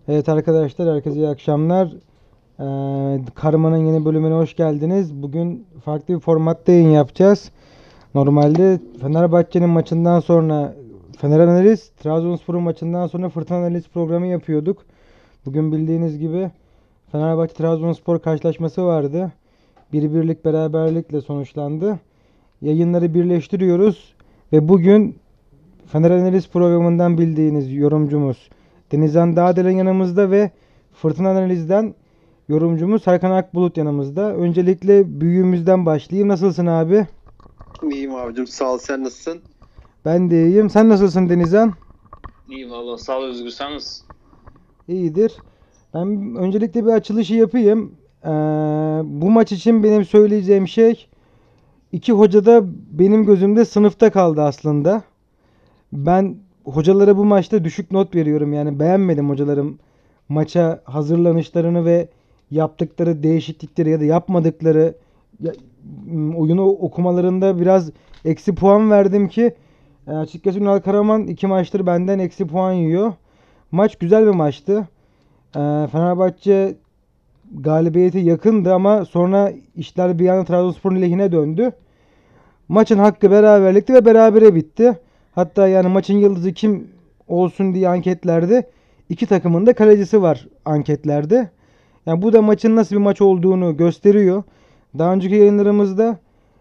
Evet arkadaşlar, herkese iyi akşamlar. Karma'nın yeni bölümüne hoş geldiniz. Bugün farklı bir formatta yayın yapacağız. Normalde Fenerbahçe'nin maçından sonra Fener Analiz, Trabzonspor'un maçından sonra Fırtına Analiz programı yapıyorduk. Bugün bildiğiniz gibi Fenerbahçe-Trabzonspor karşılaşması vardı. Bir birlik beraberlikle sonuçlandı. Yayınları birleştiriyoruz ve bugün Fener Analiz programından bildiğiniz yorumcumuz Denizhan Dağdelen yanımızda ve Fırtına Analiz'den yorumcumuz Hakan Akbulut yanımızda. Öncelikle büyüğümüzden başlayayım. Nasılsın abi? İyiyim abicim, sağ ol, sen nasılsın? Ben de iyiyim. Sen nasılsın Denizhan? İyi valla, sağ ol Özgür, sen nasılsın? İyidir. Ben öncelikle bir açılışı yapayım. Bu maç için benim söyleyeceğim şey, iki hoca da benim gözümde sınıfta kaldı aslında. Ben hocalara bu maçta düşük not veriyorum. Yani beğenmedim hocalarım maça hazırlanışlarını ve yaptıkları değişiklikleri ya da yapmadıkları oyunu okumalarında biraz eksi puan verdim ki açıkçası Ünal Karaman iki maçtır benden eksi puan yiyor. Maç güzel bir maçtı. Fenerbahçe galibiyete yakındı ama sonra işler bir anda Trabzonspor'un lehine döndü. Maçın hakkı beraberlikti ve berabere bitti. Hatta yani maçın yıldızı kim olsun diye anketlerde iki takımın da kalecisi var anketlerde. Yani bu da maçın nasıl bir maç olduğunu gösteriyor. Daha önceki yayınlarımızda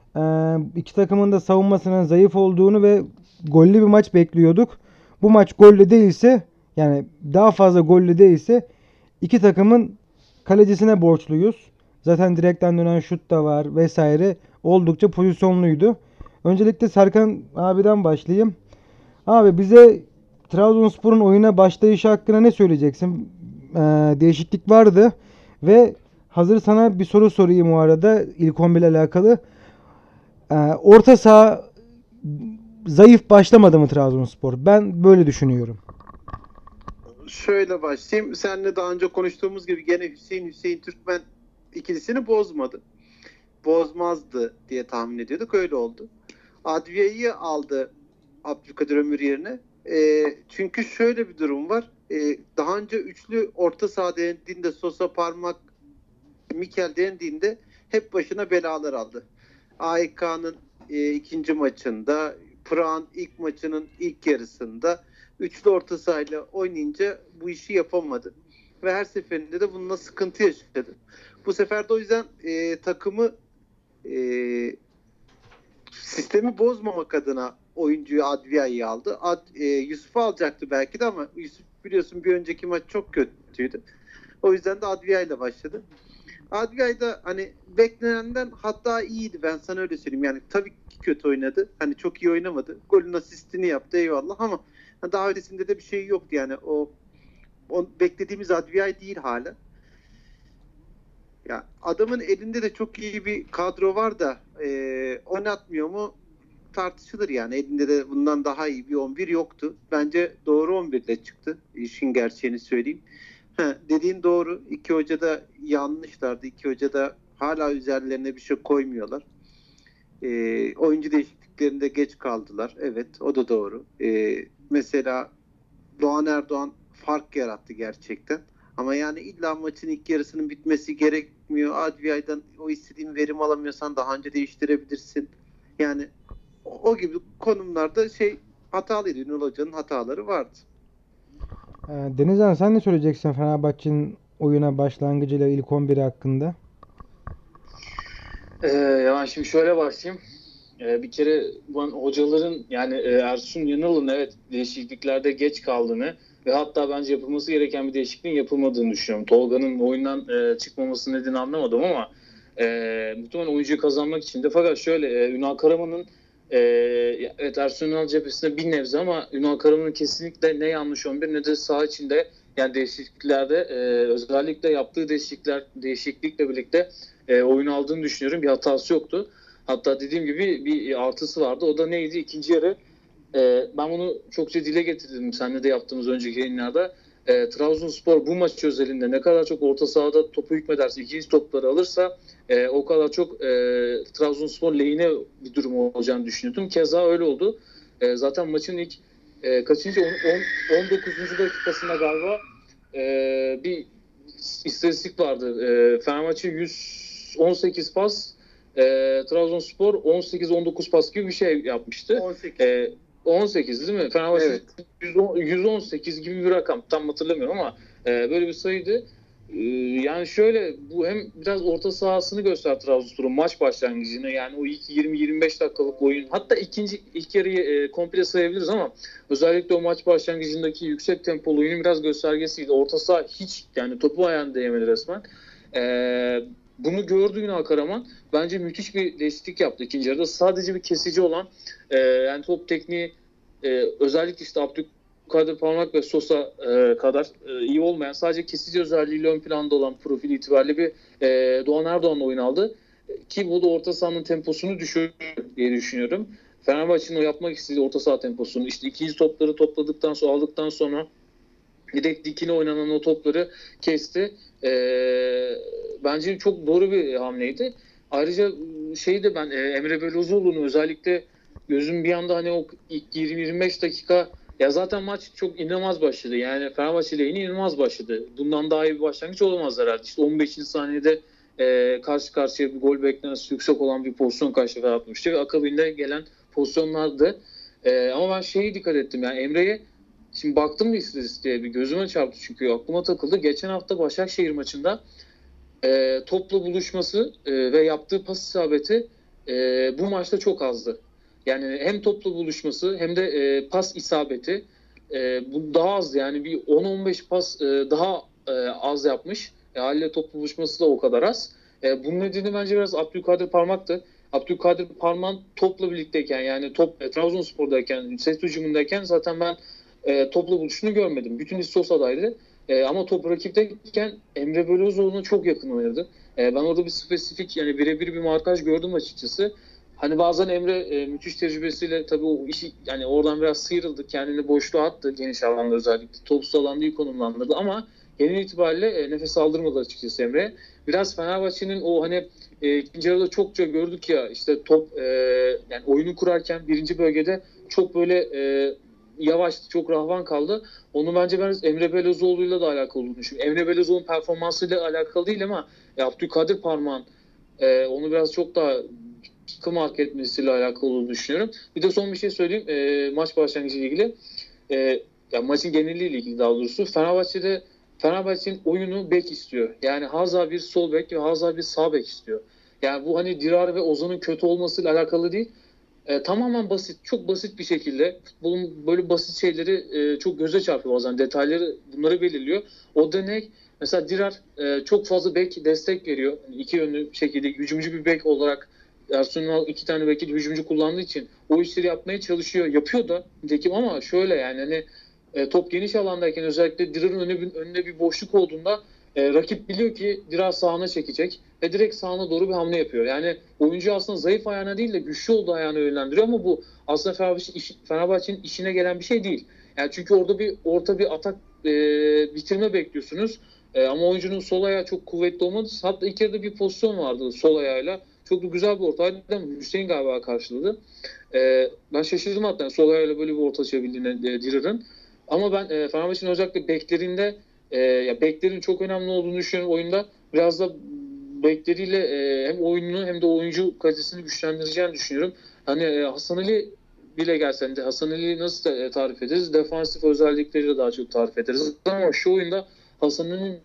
iki takımın da savunmasının zayıf olduğunu ve gollü bir maç bekliyorduk. Bu maç gollü değilse, yani daha fazla gollü değilse iki takımın kalecisine borçluyuz. Zaten direkten dönen şut da var vesaire. Oldukça pozisyonluydu. Öncelikle Serkan abiden başlayayım. Abi bize Trabzonspor'un oyuna başlayışı hakkında ne söyleyeceksin? Değişiklik vardı ve hazır sana bir soru sorayım o arada ilk 11 ile alakalı. Orta saha zayıf başlamadı mı Trabzonspor? Ben böyle düşünüyorum. Şöyle başlayayım. Seninle daha önce konuştuğumuz gibi gene Hüseyin Türkmen ikilisini bozmadı. Bozmazdı diye tahmin ediyorduk. Öyle oldu. Adviye'yi aldı Abdülkadir Ömür yerine. Çünkü şöyle bir durum var. Daha önce üçlü orta saha dendiğinde, Sosa, Parmak, Mikel dendiğinde hep başına belalar aldı. AEK'nın ikinci maçında, Prag'ın ilk maçının ilk yarısında üçlü orta sahayla oynayınca bu işi yapamadı. Ve her seferinde de bununla sıkıntı yaşadı. Bu sefer de o yüzden takımı e, sistemi bozmamak adına oyuncuyu Advia'yı aldı. Yusuf'u alacaktı belki de ama Yusuf biliyorsun bir önceki maç çok kötüydü. O yüzden de Advia ile başladı. Adviay da hani beklenenden hatta iyiydi, ben sana öyle söyleyeyim. Yani tabii ki kötü oynadı. Hani çok iyi oynamadı. Golün asistini yaptı, eyvallah, ama daha ötesinde de bir şey yoktu yani. O beklediğimiz Adviay değil hala. Ya adamın elinde de çok iyi bir kadro var da oynatmıyor mu tartışılır yani. Elinde de bundan daha iyi bir 11 yoktu. Bence doğru 11 ile çıktı. İşin gerçeğini söyleyeyim. Dediğin doğru. İki hoca da yanlışlardı. İki hoca da hala üzerlerine bir şey koymuyorlar. Oyuncu değişikliklerinde geç kaldılar. Evet, o da doğru. Mesela Doğan Erdoğan fark yarattı gerçekten. Ama yani illa maçın ilk yarısının bitmesi gerekmiyor. Adviya'dan o istediğin verim alamıyorsan daha önce değiştirebilirsin. Yani o gibi konumlarda hatalıydı. Ünal Hoca'nın hataları vardı. Denizhan, sen ne söyleyeceksin Fenerbahçe'nin oyuna başlangıcıyla ilk 11'i hakkında? Ya ben şimdi şöyle başlayayım. Bir kere bu hocaların yani Ersun Yanal'ın evet değişikliklerde geç kaldığını ve hatta bence yapılması gereken bir değişikliğin yapılmadığını düşünüyorum. Tolga'nın oyundan çıkmaması nedeni anlamadım ama muhtemelen oyuncuyu kazanmak için de, fakat şöyle Ünal Karaman'ın evet Ersun Yanal cephesinde bir nebze ama Ünal Karaman'ın kesinlikle ne yanlış 11 ne de saha içinde yani değişikliklerde özellikle yaptığı değişiklikle birlikte oyun aldığını düşünüyorum. Bir hatası yoktu. Hatta dediğim gibi bir artısı vardı. O da neydi? İkinci yarı ben bunu çokça dile getirdim seninle de yaptığımız önceki yayınlarda. Trabzonspor bu maç özelinde ne kadar çok orta sahada topu hükmederse, ikinci topları alırsa o kadar çok Trabzonspor lehine bir durum olacağını düşünüyordum. Keza öyle oldu. Zaten maçın ilk kaçıncı 19. dakikasında galiba bir istatistik vardı. Fenerbahçe 118 pas, Trabzonspor 18-19 pas gibi bir şey yapmıştı. 18. 18 değil mi? Fenerbahçe Evet. 118 gibi bir rakam. Tam hatırlamıyorum ama böyle bir sayıydı. Yani şöyle, bu hem biraz orta sahasını göster Trabzonspor'un maç başlangıcını, yani o ilk 20-25 dakikalık oyun, hatta ilk yarıyı komple sayabiliriz ama özellikle o maç başlangıcındaki yüksek tempolu oyunun biraz göstergesiydi. Orta saha hiç, yani topu ayağına değmedi resmen. Bunu gördü Ünal Karaman. Bence müthiş bir değişiklik yaptı ikinci yarıda. Sadece bir kesici olan yani top tekniği özellikle işte Abdülkadir Parmak ve Sosa kadar iyi olmayan, sadece kesici özelliğiyle ön planda olan profil itibariyle bir Doğan Erdoğan'la oyun aldı. Ki bu da orta sahanın temposunu düşürür diye düşünüyorum. Fenerbahçe'nin o yapmak istediği orta saha temposunu, işte ikinci topları topladıktan sonra, aldıktan sonra direkt dikine oynanan o topları kesti. Bence çok doğru bir hamleydi. Ayrıca şeyi ben Emre Belözoğlu'nu özellikle gözüm bir anda, hani o ilk 20-25 dakika, ya zaten maç çok inanılmaz başladı. Yani Fenerbahçe lehine inanılmaz başladı. Bundan daha iyi bir başlangıç olamaz herhalde. İşte 15. saniyede karşı karşıya bir gol beklentisi yüksek olan bir pozisyon karşıya atmıştı ve akabinde gelen pozisyonlardı. Ama ben şeyi dikkat ettim, yani Emre'ye şimdi baktım bir istatistiğe, bir gözüme çarptı çünkü aklıma takıldı. Geçen hafta Başakşehir maçında topla buluşması ve yaptığı pas isabeti bu maçta çok azdı. Yani hem topla buluşması hem de pas isabeti bu daha azdı. Yani bir 10-15 pas daha az yapmış. Haliyle topla buluşması da o kadar az. Bunun nedeni bence biraz Abdülkadir Parmak'tı. Abdülkadir Parmak topla birlikteyken, yani Trabzonspor'dayken, set hücumundayken zaten ben topla buluşunu görmedim. Bütün Sosa'daydı. Ama top rakipteyken Emre Belözoğlu'na çok yakın oynadı. Ben orada bir spesifik, yani birebir bir markaj gördüm açıkçası. Hani bazen Emre müthiş tecrübesiyle tabii o işi, yani oradan biraz sıyrıldı. Kendini boşluğa attı geniş alanda, özellikle. Topsuz alanda iyi konumlandırdı ama genel itibariyle nefes aldırmadı açıkçası Emre. Biraz Fenerbahçe'nin o hani ikinci yarıda çokça gördük ya, işte top yani oyunu kurarken birinci bölgede çok böyle yavaştı, çok rahvan kaldı. Onu bence ben Emre Belözoğlu'yla da alakalı olduğunu düşünüyorum. Emre Belözoğlu'nun performansıyla alakalı değil ama Abdülkadir Parmak'ın onu biraz çok daha takım hak etmesiyle alakalı olduğunu düşünüyorum. Bir de son bir şey söyleyeyim. Maç başlangıcı ile ilgili. Yani maçın geneliyle ilgili daha doğrusu. Fenerbahçe'nin oyunu bek istiyor. Yani Hazard bir sol bek ve Hazard bir sağ bek istiyor. Yani bu hani Dirar ve Ozan'ın kötü olmasıyla alakalı değil. Tamamen basit, çok basit bir şekilde futbolun böyle basit şeyleri çok göze çarpıyor bazen. Detayları bunları belirliyor. O da ne? Mesela Dirar çok fazla bek destek veriyor. Yani iki yönlü şekilde hücumcu bir bek olarak Ersun Yanal iki tane beki hücumcu kullandığı için o işleri yapmaya çalışıyor. Yapıyor da nitekim, ama şöyle yani hani top geniş alandayken özellikle Dirar'ın önüne bir boşluk olduğunda rakip biliyor ki Dirar sağına çekecek ve direkt sağına doğru bir hamle yapıyor. Yani oyuncu aslında zayıf ayağına değil de güçlü olduğu ayağına yönlendiriyor ama bu aslında Fenerbahçe'nin işine gelen bir şey değil. Yani çünkü orada bir orta bir atak bitirme bekliyorsunuz. Ama oyuncunun sol ayağı çok kuvvetli olmadı. Hatta ilk yarıda bir pozisyon vardı sol ayağıyla. Çok da güzel bir ortaydı ama Hüseyin galiba karşıladı. Ben şaşırdım hatta sol ayağıyla böyle bir orta açabildiğine Dirar'ın. Ama ben Fenerbahçe'nin özellikle beklerinde ya beklerin çok önemli olduğunu düşünüyorum oyunda. Biraz da bekleriyle hem oyununu hem de oyuncu kalitesini güçlendireceğini düşünüyorum. Hani Hasan Ali bile gelsen de Hasan Ali'yi nasıl tarif ederiz? Defansif özellikleriyle daha çok tarif ederiz. Ama şu oyunda Hasan Ali'nin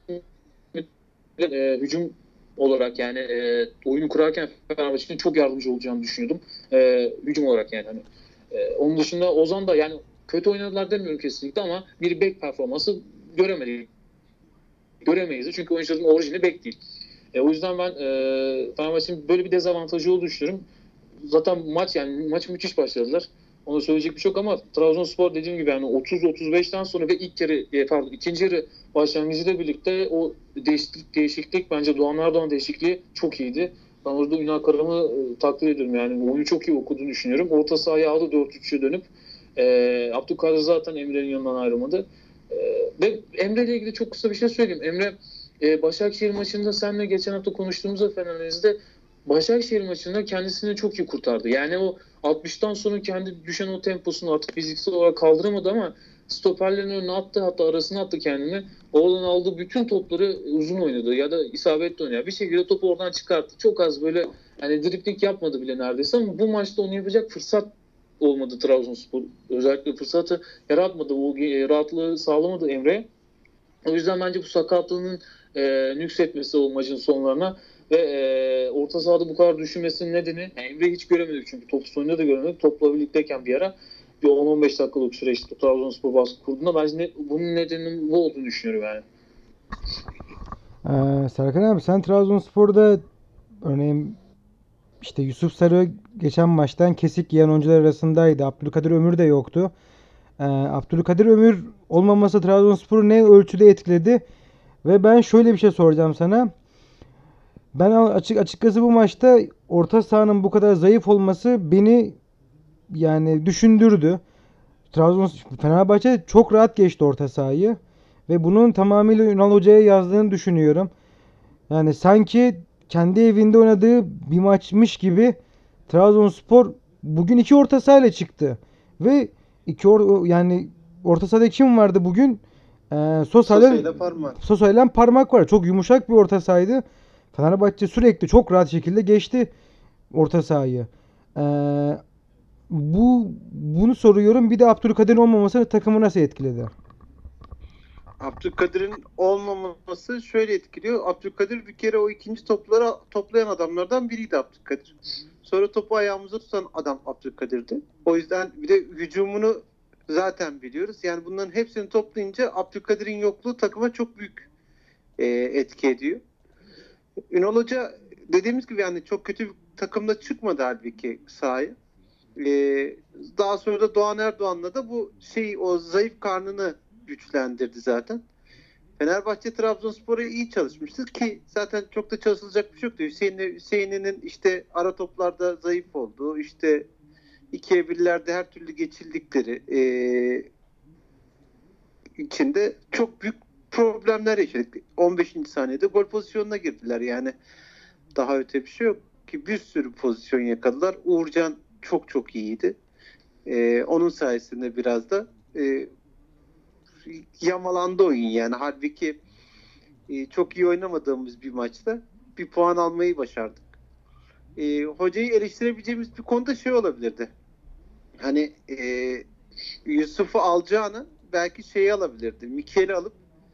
hücum olarak, yani oyunu kurarken Fenerbahçe'nin çok yardımcı olacağını düşünüyordum. Hücum olarak yani. Hani, onun dışında Ozan da, yani kötü oynadılar demiyorum kesinlikle ama bir bek performansı göremeyiz. Çünkü oyuncuların orijini bek değil. O yüzden ben Fenerbahçe'nin böyle bir dezavantajı olduğunu düşünüyorum. Zaten maç müthiş başladılar. Ona söyleyecek bir şey yok ama Trabzonspor dediğim gibi yani 30-35'ten sonra ve ikinci yarı başlangıcıyla birlikte o değişiklik bence Doğan Erdoğan değişikliği çok iyiydi. Ben orada Ünal Karaman'ı takdir ediyorum, yani oyunu çok iyi okuduğunu düşünüyorum. Orta sahaya aldı 4-3'e dönüp Abdülkadir zaten Emre'nin yanından ayrılmadı. Ve Emre ile ilgili çok kısa bir şey söyleyeyim. Emre Başakşehir maçında seninle geçen hafta konuştuğumuzda Fener'de Başakşehir maçında kendisini çok iyi kurtardı. Yani o 60'tan sonra kendi düşen o temposunu artık fiziksel olarak kaldıramadı ama stoperlerin önüne attı, hatta arasına attı kendini. Oradan aldığı bütün topları uzun oynadı ya da isabetli oynadı. Bir şekilde topu oradan çıkarttı. Çok az böyle hani dripling yapmadı bile neredeyse, ama bu maçta onu yapacak fırsat olmadı Trabzonspor. Özellikle fırsatı yaratmadı. O rahatlığı sağlamadı Emre. O yüzden bence bu sakatlığının nüksetmesi o maçın sonlarına ve orta sahada bu kadar düşünmesinin nedeni, yani Emre'yi hiç göremedik çünkü top sonunda da göremedik. Topla birlikteyken bir ara bir 10-15 dakikalık süreçte Trabzonspor baskı kurduğunda bence bunun nedeninin bu olduğunu düşünüyorum yani. Serkan abi, sen Trabzonspor'da örneğin işte Yusuf Sarı geçen maçtan kesik yiyen oyuncular arasındaydı. Abdülkadir Ömür de yoktu. Abdülkadir Ömür olmaması Trabzonspor'u ne ölçüde etkiledi? Ve ben şöyle bir şey soracağım sana. Ben açıkçası bu maçta orta sahanın bu kadar zayıf olması beni yani düşündürdü. Fenerbahçe çok rahat geçti orta sahayı ve bunun tamamıyla Ünal Hoca'ya yazdığını düşünüyorum. Yani sanki kendi evinde oynadığı bir maçmış gibi Trabzonspor bugün iki orta sahayla çıktı ve yani orta sahada kim vardı bugün? Sosa ile Parmak var. Çok yumuşak bir orta sahaydı. Fenerbahçe sürekli çok rahat şekilde geçti orta sahayı. Ee, bunu soruyorum. Bir de Abdülkadir'in olmaması takımı nasıl etkiledi? Abdülkadir'in olmaması şöyle etkiliyor. Abdülkadir bir kere o ikinci topları toplayan adamlardan biriydi Abdülkadir. Sonra topu ayağımıza tutan adam Abdülkadir'di. O yüzden bir de hücumunu zaten biliyoruz. Yani bunların hepsini toplayınca Abdülkadir'in yokluğu takıma çok büyük etki ediyor. Ünal Hoca dediğimiz gibi yani çok kötü bir takımda çıkmadı halbuki sahaya. Daha sonra da Doğan Erdoğan'la da o zayıf karnını güçlendirdi zaten. Fenerbahçe Trabzonspor'a iyi çalışmıştı ki zaten çok da çalışılacak bir şey yoktu. Hüseyin'in işte ara toplarda zayıf olduğu, işte ikiye birlerde her türlü geçildikleri içinde çok büyük problemler yaşadık. 15. saniyede gol pozisyonuna girdiler yani. Daha öte bir şey yok ki, bir sürü pozisyon yakaladılar. Uğurcan çok çok iyiydi. Onun sayesinde biraz da yamalandı oyun yani. Halbuki çok iyi oynamadığımız bir maçta bir puan almayı başardık. Hocayı eleştirebileceğimiz bir konuda şey olabilirdi. Hani Yusuf'u alacağını belki şeyi alabilirdi. Mikel'i alıp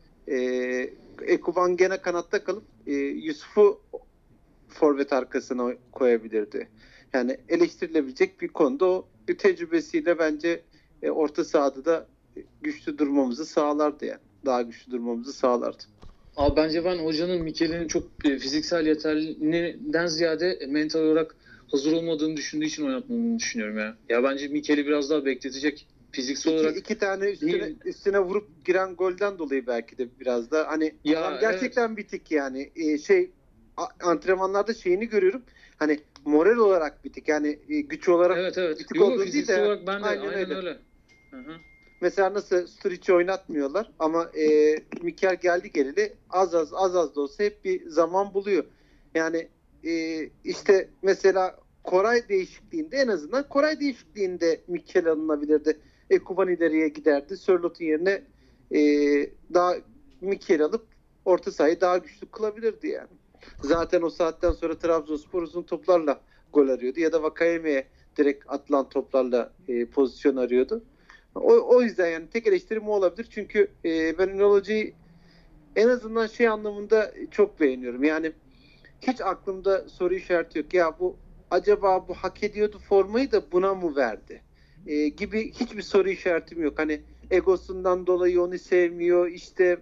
Ekuban gene kanatta kalıp Yusuf'u forvet arkasına koyabilirdi. Yani eleştirilebilecek bir konuda o bir tecrübesiyle bence orta sahada da güçlü durmamızı sağlardı yani. Daha güçlü durmamızı sağlardı. Abi bence ben hocanın Mikel'in çok fiziksel yeterliliğinden ziyade mental olarak hazır olmadığını düşündüğü için oynatmadığını düşünüyorum ya. Ya bence Mikel'i biraz daha bekletecek. Fiziksel olarak iki tane üstüne vurup giren golden dolayı belki de biraz da hani ya, gerçekten evet. Bitik yani antrenmanlarda şeyini görüyorum. Hani moral olarak bitik yani güç olarak evet. bitik Yok, olduğu fiziksel değil de olarak ben de aynen öyle. Hı-hı. Mesela nasıl Sturic'i oynatmıyorlar ama Mikel geldi geleli az da olsa hep bir zaman buluyor. Yani işte mesela Koray değişikliğinde, en azından Koray değişikliğinde Mikel alınabilirdi. Ekuban ileriye giderdi. Sörlot'un yerine daha Mikel alıp orta sahayı daha güçlü kılabilirdi yani. Zaten o saatten sonra Trabzonspor uzun toplarla gol arıyordu ya da Vakayeme'ye direkt atılan toplarla pozisyon arıyordu. O yüzden yani tek eleştirim o olabilir. Çünkü ben Ünal Hoca'yı en azından şey anlamında çok beğeniyorum. Yani hiç aklımda soru işareti yok. Ya acaba bu hak ediyordu formayı da buna mı verdi? Gibi hiçbir soru işaretim yok. Hani egosundan dolayı onu sevmiyor. İşte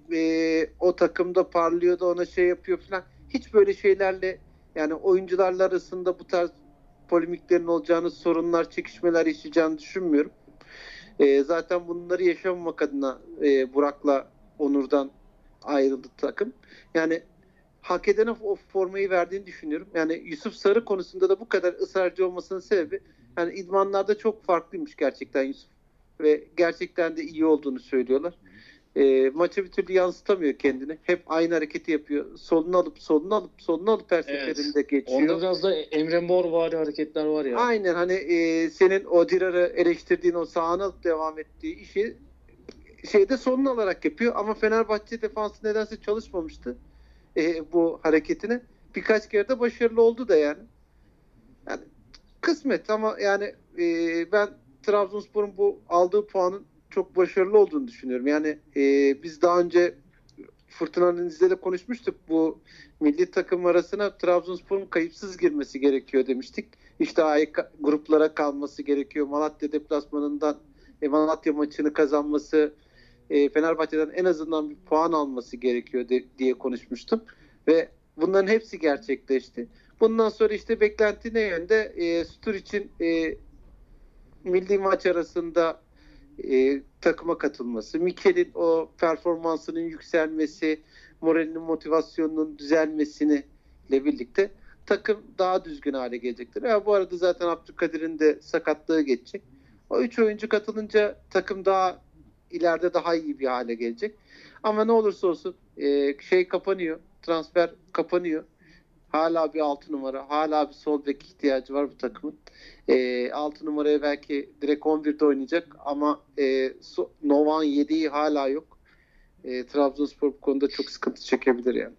o takımda parlıyor da ona şey yapıyor falan. Hiç böyle şeylerle, yani oyuncularla arasında bu tarz polemiklerin olacağını, sorunlar, çekişmeler yaşayacağını düşünmüyorum. Zaten bunları yaşamamak adına Burak'la Onur'dan ayrıldı takım. Yani hak edene o formayı verdiğini düşünüyorum. Yani Yusuf Sarı konusunda da bu kadar ısrarcı olmasının sebebi, yani idmanlarda çok farklıymış gerçekten Yusuf. Ve gerçekten de iyi olduğunu söylüyorlar. Maça bir türlü yansıtamıyor kendini. Hep aynı hareketi yapıyor. Solunu alıp her seferinde geçiyor. Onda biraz da Emre Mor vari hareketler var ya. Aynen, hani senin o Dirar'ı eleştirdiğin, o sahana alıp devam ettiği işi şeyde sonunu alarak yapıyor ama Fenerbahçe defansı nedense çalışmamıştı bu hareketine. Birkaç kere de başarılı oldu da yani. Yani kısmet ama yani ben Trabzonspor'un bu aldığı puanın çok başarılı olduğunu düşünüyorum. Yani biz daha önce Fırtına Deniz'de de konuşmuştuk. Bu milli takım arasına Trabzonspor'un kayıpsız girmesi gerekiyor demiştik. İşte gruplara kalması gerekiyor. Malatya deplasmanından Malatya maçını kazanması, Fenerbahçe'den en azından bir puan alması gerekiyor diye konuşmuştum. Ve bunların hepsi gerçekleşti. Bundan sonra işte beklenti ne yönde? Sturic'in milli maç arasında takıma katılması, Mikel'in o performansının yükselmesi, moralinin, motivasyonunun düzelmesini ile birlikte takım daha düzgün hale gelecektir. Bu arada zaten Abdülkadir'in de sakatlığı geçecek. O 3 oyuncu katılınca takım daha ileride daha iyi bir hale gelecek. Ama ne olursa olsun kapanıyor. Transfer kapanıyor. Hala bir 6 numara, hala bir sol bek ihtiyacı var bu takımın. 6 numaraya belki direkt 11'de oynayacak ama Novan 7'yi hala yok. Trabzonspor bu konuda çok sıkıntı çekebilir yani.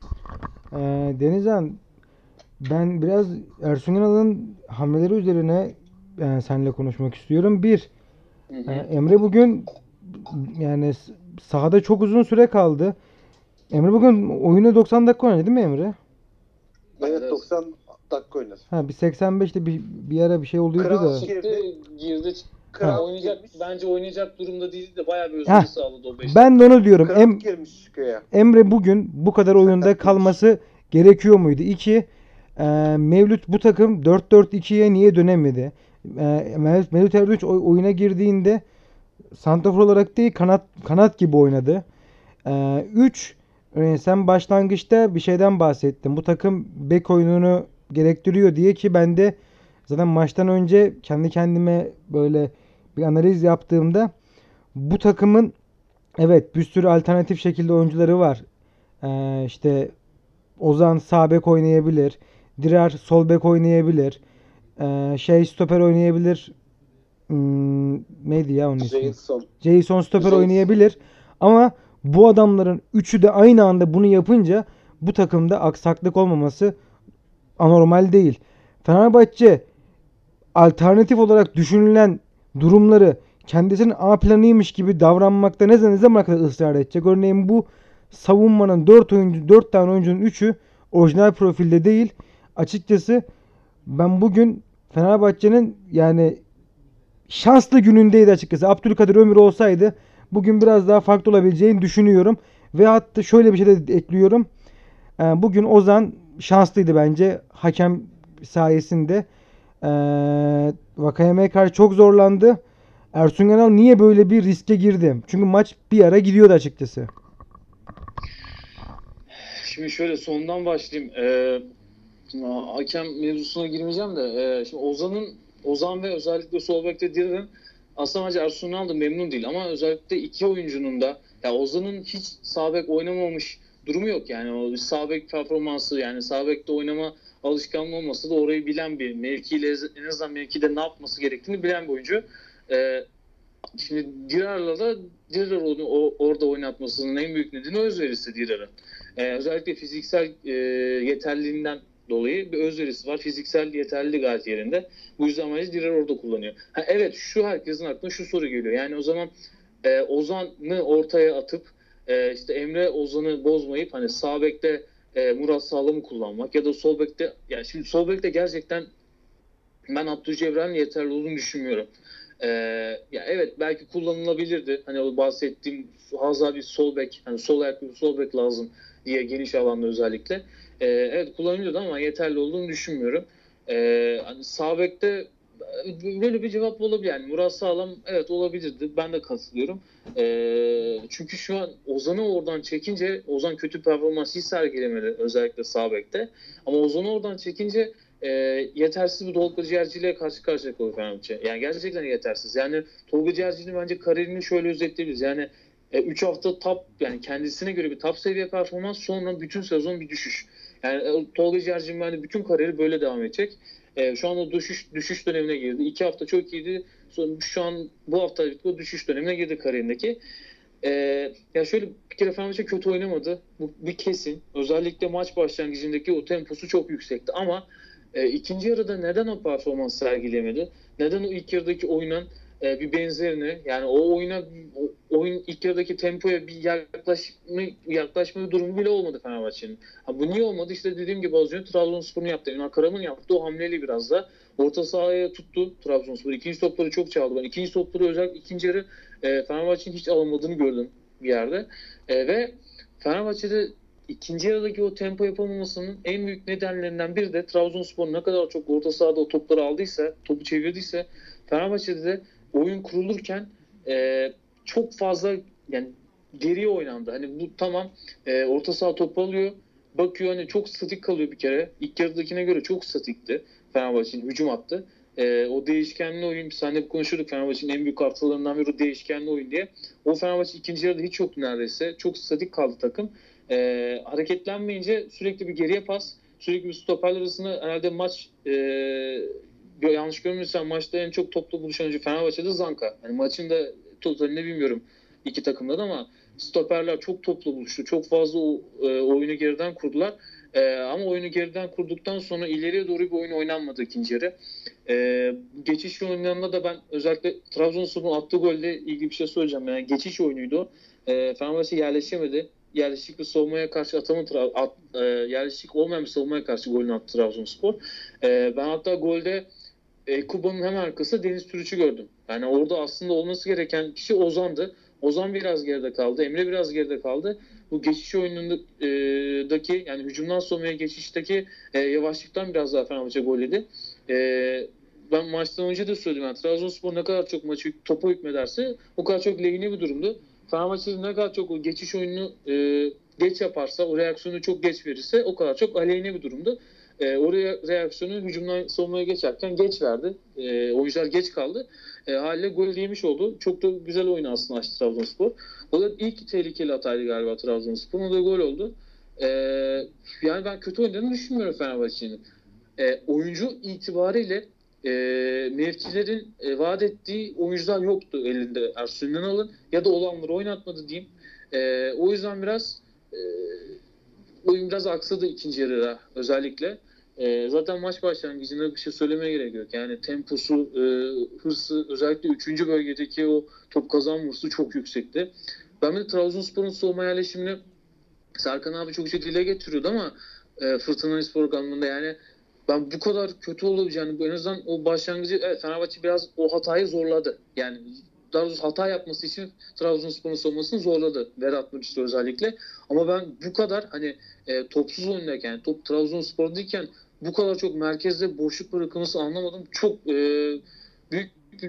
Denizhan, ben biraz Ersun Yanal'ın hamleleri üzerine seninle konuşmak istiyorum. Bir, Emre bugün yani sahada çok uzun süre kaldı. Emre bugün oyunu 90 dakika oynadı değil mi Emre? Evet, 90 dakika oynadı. Ha, bir 85'te bir ara bir şey oluyordu Kral da. Girdi. Kral Oynayacak, girmiş. bence oynayacak durumda değildi de bayağı bir özgürlüğü sağladı o 5 Ben de onu diyorum. Kral girmiş çıkıyor. Emre bugün bu kadar oyunda Sakat kalması gerekiyor muydu? İki, Mevlüt bu takım 4-4-2'ye niye dönemedi? Mevlüt Erdinç oyuna girdiğinde santrafor olarak değil kanat gibi oynadı. 3, sen başlangıçta bir şeyden bahsettin. Bu takım bek oyununu gerektiriyor diye ki ben de zaten maçtan önce kendi kendime böyle bir analiz yaptığımda bu takımın evet bir sürü alternatif şekilde oyuncuları var. İşte Ozan sağ bek oynayabilir. Dirar sol bek oynayabilir. Stoper oynayabilir. Neydi ya onun ismi? Jason stoper oynayabilir. Ama bu adamların üçü de aynı anda bunu yapınca bu takımda aksaklık olmaması anormal değil. Fenerbahçe alternatif olarak düşünülen durumları kendisinin A planıymış gibi davranmakta ne zaman kadar ısrar edecek? Örneğin bu savunmanın 4 tane oyuncunun 3'ü orijinal profilde değil. Açıkçası ben bugün Fenerbahçe'nin yani şanslı günündeydi açıkçası. Abdülkadir Ömür olsaydı bugün biraz daha farklı olabileceğini düşünüyorum. Ve hatta şöyle bir şey de ekliyorum. Bugün Ozan şanslıydı bence. Hakem sayesinde. Vakayeme'ye karşı çok zorlandı. Ersun Yanal niye böyle bir riske girdi? Çünkü maç bir ara gidiyordu açıkçası. Şimdi şöyle sondan başlayayım. Hakem mevzusuna girmeyeceğim de şimdi Ozan ve özellikle sol bekte Dirar'ın aslında bence Ersun Yanal da memnun değil ama özellikle iki oyuncunun da ya Ozan'ın hiç sağ bek oynamamış durumu yok yani o sağ bek performansı yani sağ bekte oynama alışkanlığı olmasa da orayı bilen bir mevkiyle en azından mevkide ne yapması gerektiğini bilen bir oyuncu. Şimdi Dirar onu orada oynatmasının en büyük nedeni özverisi Dirar'ın. Özellikle fiziksel yeterliliğinden dolayı bir özverisi var. Fiziksel yeterli gayet yerinde. Bu yüzden bence Dirar orada kullanıyor. Evet şu herkesin aklına şu soru geliyor. Yani o zaman Ozan'ı ortaya atıp işte Emre Ozan'ı bozmayıp hani sağ bekte Murat Sağlam'ı kullanmak ya da sol bekte yani şimdi sol bekte gerçekten ben Abdülcevrel'in yeterli olduğunu düşünmüyorum. Ya evet belki kullanılabilirdi. Hani o bahsettiğim Hazal bir sol bek, hani sol ayaklı bir sol bek lazım diye geniş alanda özellikle. Evet kullanılıyordu ama yeterli olduğunu düşünmüyorum. Hani sağ bekte böyle bir cevap olabilir. Yani Murat Sağlam evet olabilirdi. Ben de katılıyorum. Çünkü şu an Ozan'ı oradan çekince Ozan kötü performans hiç sergilemedi özellikle sağ bekte. Ama Ozan'ı oradan çekince yetersiz bir Tolga Ciğerci ile karşı karşıya kalıyor Fenerbahçe. Yani gerçekten yetersiz. Yani Tolga Ciğerci'nin bence kariyerini şöyle özetleyebiliriz. Yani 3 hafta top yani kendisine göre bir top seviye performans sonra bütün sezon bir düşüş. Yani Tolga Ciğerci'nin bence bütün kariyeri böyle devam edecek. Şu anda düşüş dönemine girdi. 2 hafta çok iyiydi. Sonra şu an bu hafta düşüş dönemine girdi kariyerindeki. Ya şöyle bir kere Fenerbahçe kötü oynamadı. Bu bir kesin. Özellikle maç başlangıcındaki o temposu çok yüksekti. Ama ikinci yarıda neden o performans sergileyemedi? Neden o ilk yarıdaki oyunun bir benzerini, yani o oyuna, oyun ilk yarıdaki tempoya bir yaklaşma durumu bile olmadı Fenerbahçe'nin. Ha, bu niye olmadı? İşte dediğim gibi az önce Trabzonspor'un yaptığı, Ünal Karaman'ın yaptığı o hamleyle biraz da orta sahaya tuttu Trabzonspor. İkinci topları çok çaldı. Ben ikinci topları özellikle ikinci yarı Fenerbahçe'nin hiç alamadığını gördüm bir yerde. Ve Fenerbahçe'de ikinci yarıdaki o tempo yapamamasının en büyük nedenlerinden biri de Trabzonspor ne kadar çok orta sahada o topları aldıysa, topu çevirdiyse Fenerbahçe'de de oyun kurulurken çok fazla, yani geriye oynandı. Hani bu tamam, orta saha topu alıyor, bakıyor, hani çok statik kalıyor bir kere. İlk yarıdakine göre çok statikti Fenerbahçe'nin hücum hattı. O değişkenli oyun, biz seninle konuşuyorduk, Fenerbahçe'nin en büyük artılarından biri o değişkenli oyun diye. O Fenerbahçe ikinci yarıda hiç yoktu neredeyse. Çok statik kaldı takım. Hareketlenmeyince sürekli bir geriye pas, sürekli bir stoperler arasında herhalde maç, yanlış görmüyorsam maçta en çok topla buluşan oyuncu Fenerbahçe'de Zanka. Yani maçın da totalini bilmiyorum iki takımda da, ama stoperler çok topla buluştu. Çok fazla oyunu geriden kurdular. Ama oyunu geriden kurduktan sonra ileriye doğru bir oyun oynanmadı ikinci yarı. Geçiş oyunlarında da ben özellikle Trabzonspor'un attığı golle ilgili bir şey söyleyeceğim. Yani geçiş oyunuydu. Fenerbahçe yerleşemedi. Yerleşik bir savunmaya karşı yerleşik olmayan bir savunmaya karşı golünü attı Trabzonspor. Ben hatta golde Kuba'nın hemen arkasında Deniz Türüç'ü gördüm. Yani orada aslında olması gereken kişi Ozan'dı. Ozan biraz geride kaldı. Emre biraz geride kaldı. Bu geçiş oyunundaki, yani hücumdan savunmaya geçişteki yavaşlıktan biraz daha Fenerbahçe gol yedi. Ben maçtan önce de söyledim. Yani Trabzonspor ne kadar çok maçı topa hükmederse o kadar çok lehine bir durumdu. Fenerbahçe ne kadar çok o geçiş oyununu geç yaparsa, o reaksiyonu çok geç verirse o kadar çok aleyhine bir durumdu. Oraya reaksiyonu hücumdan savunmaya geçerken geç verdi. Oyuncular geç kaldı. Haliyle gol yemiş oldu. Çok da güzel oyunu aslında açtı Trabzonspor. O da ilk tehlikeli hataydı galiba Trabzonspor'un. O da gol oldu. E, Yani ben kötü oynadığını düşünmüyorum Fenerbahçe'nin. Oyuncu itibariyle mevkilerin vaat ettiği oyuncular yoktu elinde Ersun Yanal'ın, ya da olanları oynatmadı diyeyim. O yüzden biraz oyun biraz aksadı ikinci yarıda özellikle. Zaten maç başlangıcında bir şey söylemeye gerek yok. Yani temposu, hırsı, özellikle 3. bölgedeki o top kazan vursu çok yüksekti. Ben de Trabzonspor'un savunma yerleşimini Serkan abi çok şey dile getiriyordu ama Fırtınaspor anlamında, yani ben bu kadar kötü olabileceğini, en azından o başlangıcı, evet, Fenerbahçe biraz o hatayı zorladı. Yani daha doğrusu hata yapması için Trabzonspor'un savunmasını zorladı. Vedat Muriç'te özellikle. Ama ben bu kadar hani topsuz oynarken, top Trabzonspor'dayken bu kadar çok merkezde boşluk bırakılması anlamadım. Çok büyük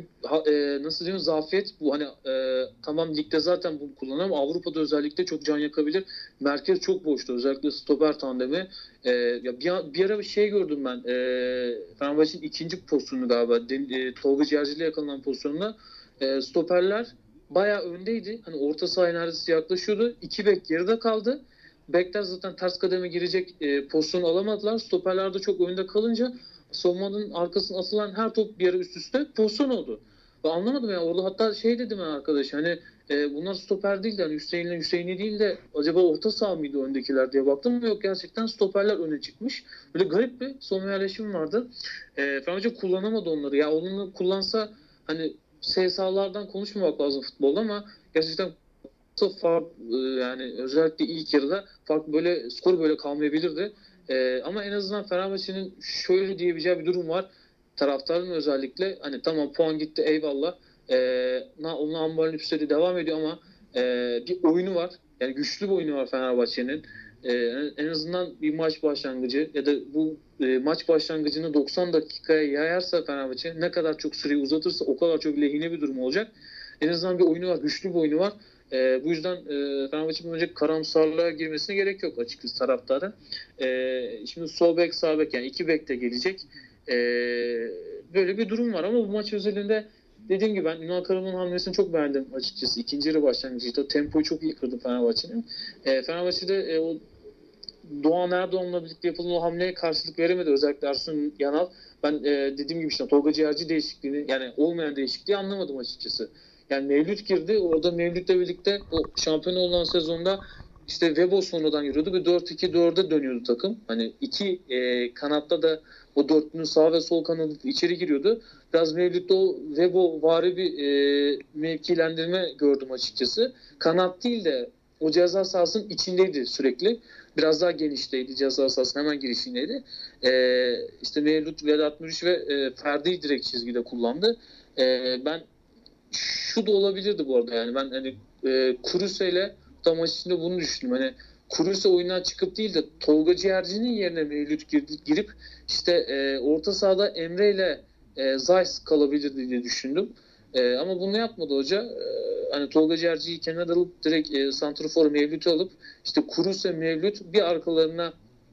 nasıl diyeyim, zafiyet bu. Hani tamam, ligde zaten bunu kullanır ama Avrupa'da özellikle çok can yakabilir. Merkez çok boştu. Özellikle stoper tandemi. Ya bir ara bir şey gördüm ben. Fenerbahçe'nin ikinci pozisyonu galiba. Tolga Ciğerci ile yakalanan pozisyonda stoperler bayağı öndeydi. Hani orta sahaya neredeyse yaklaşıyordu. İki bek geride kaldı. Bekler zaten ters kademe girecek pozisyon alamadılar. Stoperler de çok önde kalınca savunmanın arkasına atılan her top bir yere üst üste pozisyon oldu. Ben anlamadım ya. Orada hatta şey dedim ben arkadaş, hani bunlar stoper değil de, hani Hüseyin'i değil de acaba orta saha mıydı öndekiler diye baktım ama yok, gerçekten stoperler öne çıkmış. Böyle garip bir son yerleşim vardı. Fenerbahçe kullanamadı onları. Ya onu kullansa, hani SSA'lardan konuşmamak lazım futbolda ama gerçekten fark, yani özellikle ilk yarıda fark, böyle skor böyle kalmayabilirdi. Ama en azından Fenerbahçe'nin şöyle diyebileceği bir durum var. Taraftarın özellikle, hani tamam puan gitti eyvallah. Onun ambalini üstleri devam ediyor ama bir oyunu var. Yani güçlü bir oyunu var Fenerbahçe'nin. En azından bir maç başlangıcı ya da bu maç başlangıcını 90 dakikaya yayarsa Fenerbahçe, ne kadar çok süreyi uzatırsa o kadar çok lehine bir durum olacak. En azından bir oyunu var, güçlü bir oyunu var. Bu yüzden Fenerbahçe'nin önce karamsarlığa girmesine gerek yok açıkçası taraftarın. Şimdi sol bek, sağ bek, yani iki bek de gelecek. Böyle bir durum var ama bu maç özelinde dediğim gibi ben Ünal Karaman'ın hamlesini çok beğendim açıkçası. İkinci yarı başlangıcıydı. Tempoyu çok iyi kırdı Fenerbahçe'nin. Fenerbahçe'de o Doğan Erdoğan'la birlikte yapılan o hamleye karşılık veremedi. Özellikle Ersun Yanal. Ben dediğim gibi işte Tolga Ciğerci değişikliğini, yani olmayan değişikliği anlamadım açıkçası. Yani Mevlüt girdi. Orada Mevlüt'le birlikte o şampiyon olan sezonda işte Webo sonradan yürüyordu ve 4-2-4'e dönüyordu takım. Hani iki kanatta da o dörtlünün sağ ve sol kanadı içeri giriyordu. Biraz Mevlüt'te o Webo vari bir mevkilendirme gördüm açıkçası. Kanat değil de o ceza sahasının içindeydi sürekli. Biraz daha genişteydi, ceza sahasının hemen girişindeydi. İşte Mevlüt, Vedat Muriç ve Ferdi'yi direkt çizgide kullandı. Ben şu da olabilirdi bu arada, yani ben hani Kruse ile tam maç içinde bunu düşündüm. Hani Kruse oyundan çıkıp değil de Tolga Ciğerci'nin yerine Mevlüt girip işte orta sahada Emre ile Zeiss kalabilirdi diye düşündüm. Ama bunu yapmadı hoca. Hani Tolga Ciğerci'yi kenara alıp direkt santrafor Mevlüt'ü alıp işte Kruse, Mevlüt bir arkalarına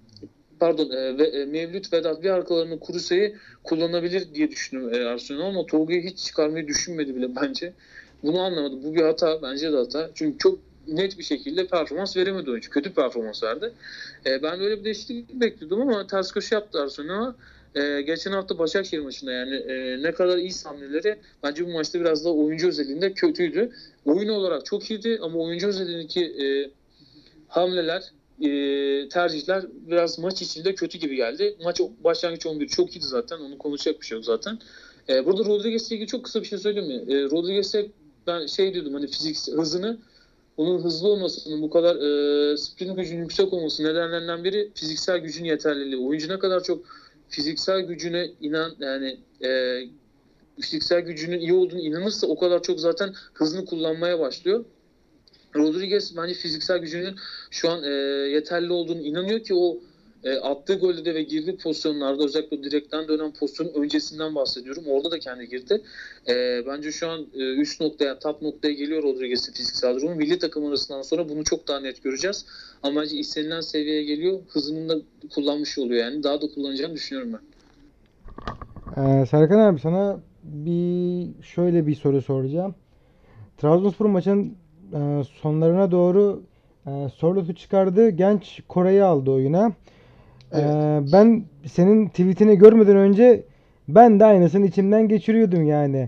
Mevlüt, Vedat bir arkalarına Kruse'yi kullanabilir diye düşündüm Arsenal, ama Tolga'yı hiç çıkarmayı düşünmedi bile bence. Bunu anlamadım. Bu bir hata. Bence de hata. Çünkü çok net bir şekilde performans veremedi oyuncu. Kötü performans verdi. Ben böyle bir değişiklik bekliyordum ama ters köşe yaptı Arsenal. Geçen hafta Başakşehir maçında yani ne kadar iyi hamleleri, bence bu maçta biraz da oyuncu özelliğinde kötüydü. Oyun olarak çok iyiydi ama oyuncu özelliğindeki hamleler, tercihler biraz maç içinde kötü gibi geldi. Maç başlangıç 11 çok iyiydi zaten. Onu konuşacak bir şey yok zaten. Burada Rodriguez'le ilgili çok kısa bir şey söyleyeyim mi? Rodriguez'e ben şey diyordum, hani fizik hızını, onun hızlı olmasının, bu kadar sprint gücünün yüksek olması nedenlerinden biri fiziksel gücün yeterliliği. Oyuncu ne kadar çok fiziksel gücüne yani fiziksel gücünün iyi olduğunu inanırsa o kadar çok zaten hızını kullanmaya başlıyor. Rodriguez bence fiziksel gücünün şu an yeterli olduğunu inanıyor ki o attığı golde de ve girdiği pozisyonlarda, özellikle direkten dönen pozisyonun öncesinden bahsediyorum. Orada da kendi girdi. Bence şu an üst noktaya, top noktaya geliyor Rodriguez'in fiziksel durumu. Milli takım arasından sonra bunu çok daha net göreceğiz. Ama bence istenilen seviyeye geliyor. Hızını da kullanmış oluyor yani. Daha da kullanacağını düşünüyorum ben. Serkan abi, sana şöyle bir soru soracağım. Trabzonspor maçın sonlarına doğru Sorlot'u çıkardı. Genç Koray'ı aldı oyuna. Evet. Ben senin tweetini görmeden önce ben de aynısını içimden geçiriyordum yani.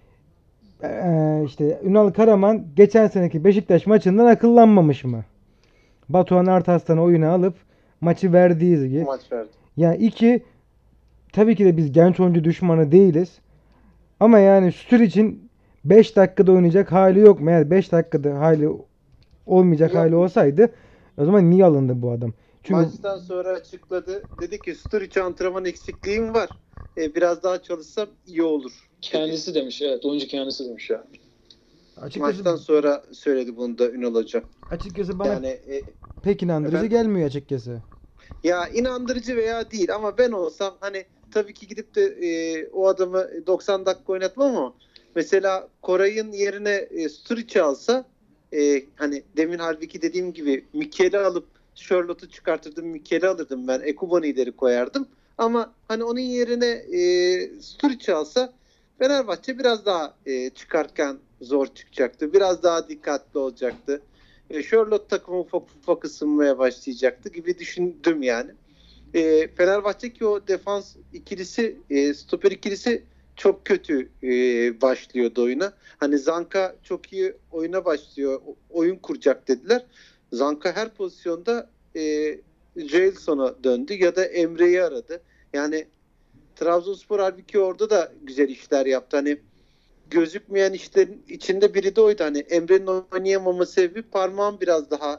İşte Ünal Karaman geçen seneki Beşiktaş maçından akıllanmamış mı? Batuhan Artaslan'ı oyuna alıp maçı verdiği gibi. Maç verdi. Yani tabii ki de biz genç oyuncu düşmanı değiliz. Ama yani Sturridge'in 5 dakikada oynayacak hali yok mu? Eğer 5 dakikada hali olmayacak hali Yokmuş. olsaydı o zaman niye alındı bu adam? Çünkü Maçtan sonra açıkladı. Dedi ki Sturridge antrenman eksikliğim var. Biraz daha çalışsam iyi olur. Kendisi demiş, evet. Oyuncu kendisi demiş ya. Maçtan sonra söyledi bunu da Ünal Hoca. açıkçası bana Yani pek inandırıcı efendim? gelmiyor açıkçası. Ya inandırıcı veya değil ama ben olsam hani tabii ki gidip de o adamı 90 dakika oynatmam ama mesela Koray'ın yerine Sturridge alsa hani demin halbuki dediğim gibi Mikel'i alıp Charlotte'u çıkartırdım, Mikel'i alırdım ben. Ekuban'ı ileri koyardım. Ama hani onun yerine Sturridge alsa Fenerbahçe biraz daha çıkarken zor çıkacaktı. Biraz daha dikkatli olacaktı. Charlotte takımı ufak ısınmaya başlayacaktı gibi düşündüm yani. Fenerbahçe ki o defans ikilisi, stoper ikilisi çok kötü başlıyordu oyuna. Hani Zanka çok iyi oyuna başlıyor, oyun kuracak dediler. Zanka her pozisyonda Jailson'a döndü ya da Emre'yi aradı. Yani Trabzonspor halbuki orada da güzel işler yaptı. Hani gözükmeyen işlerin içinde biri de oydu. Hani Emre'nin oynayamama sebebi parmağın biraz daha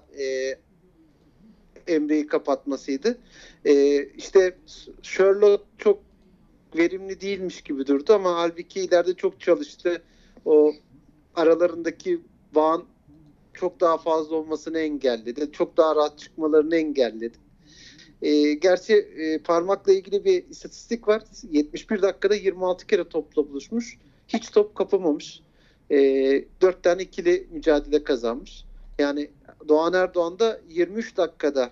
Emre'yi kapatmasıydı. İşte Sherlock çok verimli değilmiş gibi durdu ama halbuki ileride çok çalıştı. O aralarındaki bağın çok daha fazla olmasını engelledi. Çok daha rahat çıkmalarını engelledi. Gerçi parmakla ilgili bir istatistik var. 71 dakikada 26 kere topla buluşmuş. Hiç top kapamamış. 4 tane ikili mücadele kazanmış. Yani Doğan Erdoğan da 23 dakikada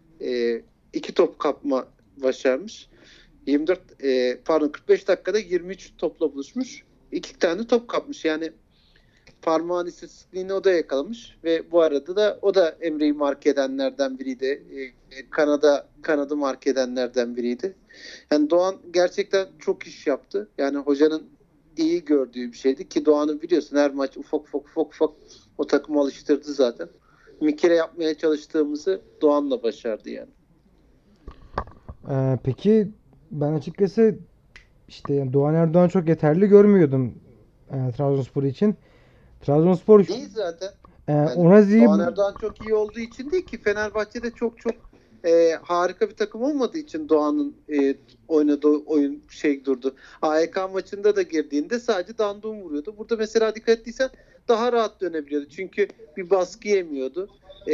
2 top kapma başarmış. 45 dakikada 23 topla buluşmuş. 2 tane top kapmış. Yani parmağın istatistikliğini o da yakalamış ve bu arada da o da Emre'yi mark edenlerden biriydi. Kanad'ı mark edenlerden biriydi. Yani Doğan gerçekten çok iş yaptı. Yani hocanın iyi gördüğü bir şeydi ki Doğan'ın biliyorsun her maç ufak o takımı alıştırdı zaten. Bir kere yapmaya çalıştığımızı Doğan'la başardı yani. Peki ben açıkçası işte yani Doğan Erdoğan çok yeterli görmüyordum Trabzonspor için. Trabzonspor Değil zaten. e, Yani Onazi'yi Doğan Erdoğan çok iyi olduğu için değil ki Fenerbahçe'de çok harika bir takım olmadığı için Doğan'ın oynadığı oyun durdu. AEK maçında da girdiğinde sadece dandun vuruyordu. Burada mesela dikkat ettiysen daha rahat dönebiliyordu. Çünkü bir baskı yemiyordu.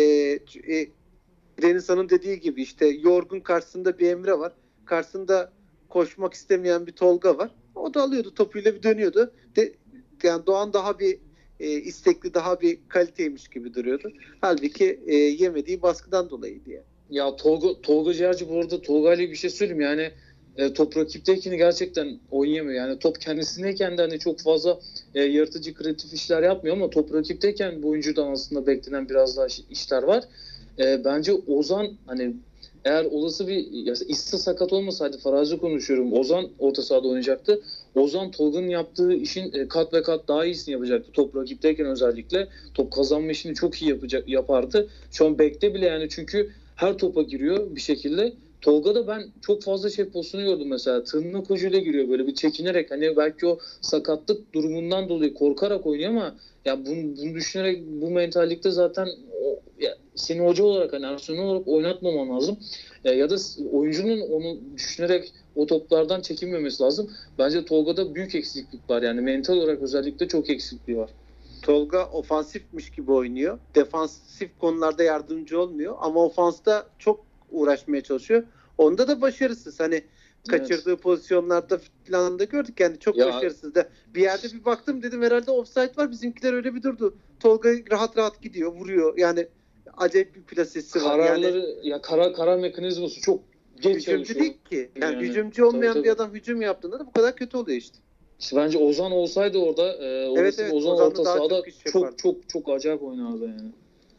Deniz Han'ın dediği gibi işte yorgun karşısında bir Emre var. Karşısında koşmak istemeyen bir Tolga var. O da alıyordu topuyla bir dönüyordu. Yani Doğan daha bir istekli, daha bir kaliteymiş gibi duruyordu. Halbuki yemediği baskıdan dolayıydı yani. Ya Tolga Ciğerci bu arada Tolga ile bir şey söyleyeyim yani top rakipteyken gerçekten oynayamıyor. Yani top kendisindeyken de hani çok fazla yaratıcı kreatif işler yapmıyor ama top rakipteyken bu oyuncudan aslında beklenen biraz daha işler var. Bence Ozan hani eğer olası bir İssa sakat olmasaydı farazi konuşuyorum. Ozan orta sahada oynayacaktı. Ozan Tolga'nın yaptığı işin kat ve kat daha iyisini yapacaktı. Top rakipteyken özellikle top kazanma işini çok iyi yapardı. Şu an bekte bile yani çünkü her topa giriyor bir şekilde. Tolga'da ben çok fazla pozisyonu gördüm mesela. Tırnak ucuyla giriyor böyle bir çekinerek. Hani belki o sakatlık durumundan dolayı korkarak oynuyor ama ya bunu düşünerek bu mentallikte zaten ya seni hoca olarak hani antrenör olarak oynatmaman lazım. Ya da oyuncunun onu düşünerek o toplardan çekinmemesi lazım. Bence Tolga'da büyük eksiklik var. Yani mental olarak özellikle çok eksikliği var. Tolga ofansifmiş gibi oynuyor. Defansif konularda yardımcı olmuyor. Ama ofansta çok uğraşmaya çalışıyor. Onda da başarısız. Hani kaçırdığı pozisyonlarda falan da gördük. Yani çok başarısız da. Bir yerde bir baktım dedim herhalde offside var. Bizimkiler öyle bir durdu. Tolga rahat rahat gidiyor, vuruyor. Yani acayip bir plasesi var. Kararları ya karar mekanizması çok geç hücumcu çalışıyor. değil ki. Yani hücumcu olmayan tabii. bir adam hücum yaptığında da bu kadar kötü oluyor işte. İşte bence Ozan olsaydı orada Evet, Ozan Ozan'da orta daha sahada çok iş yapardı. çok acayip oynardı yani.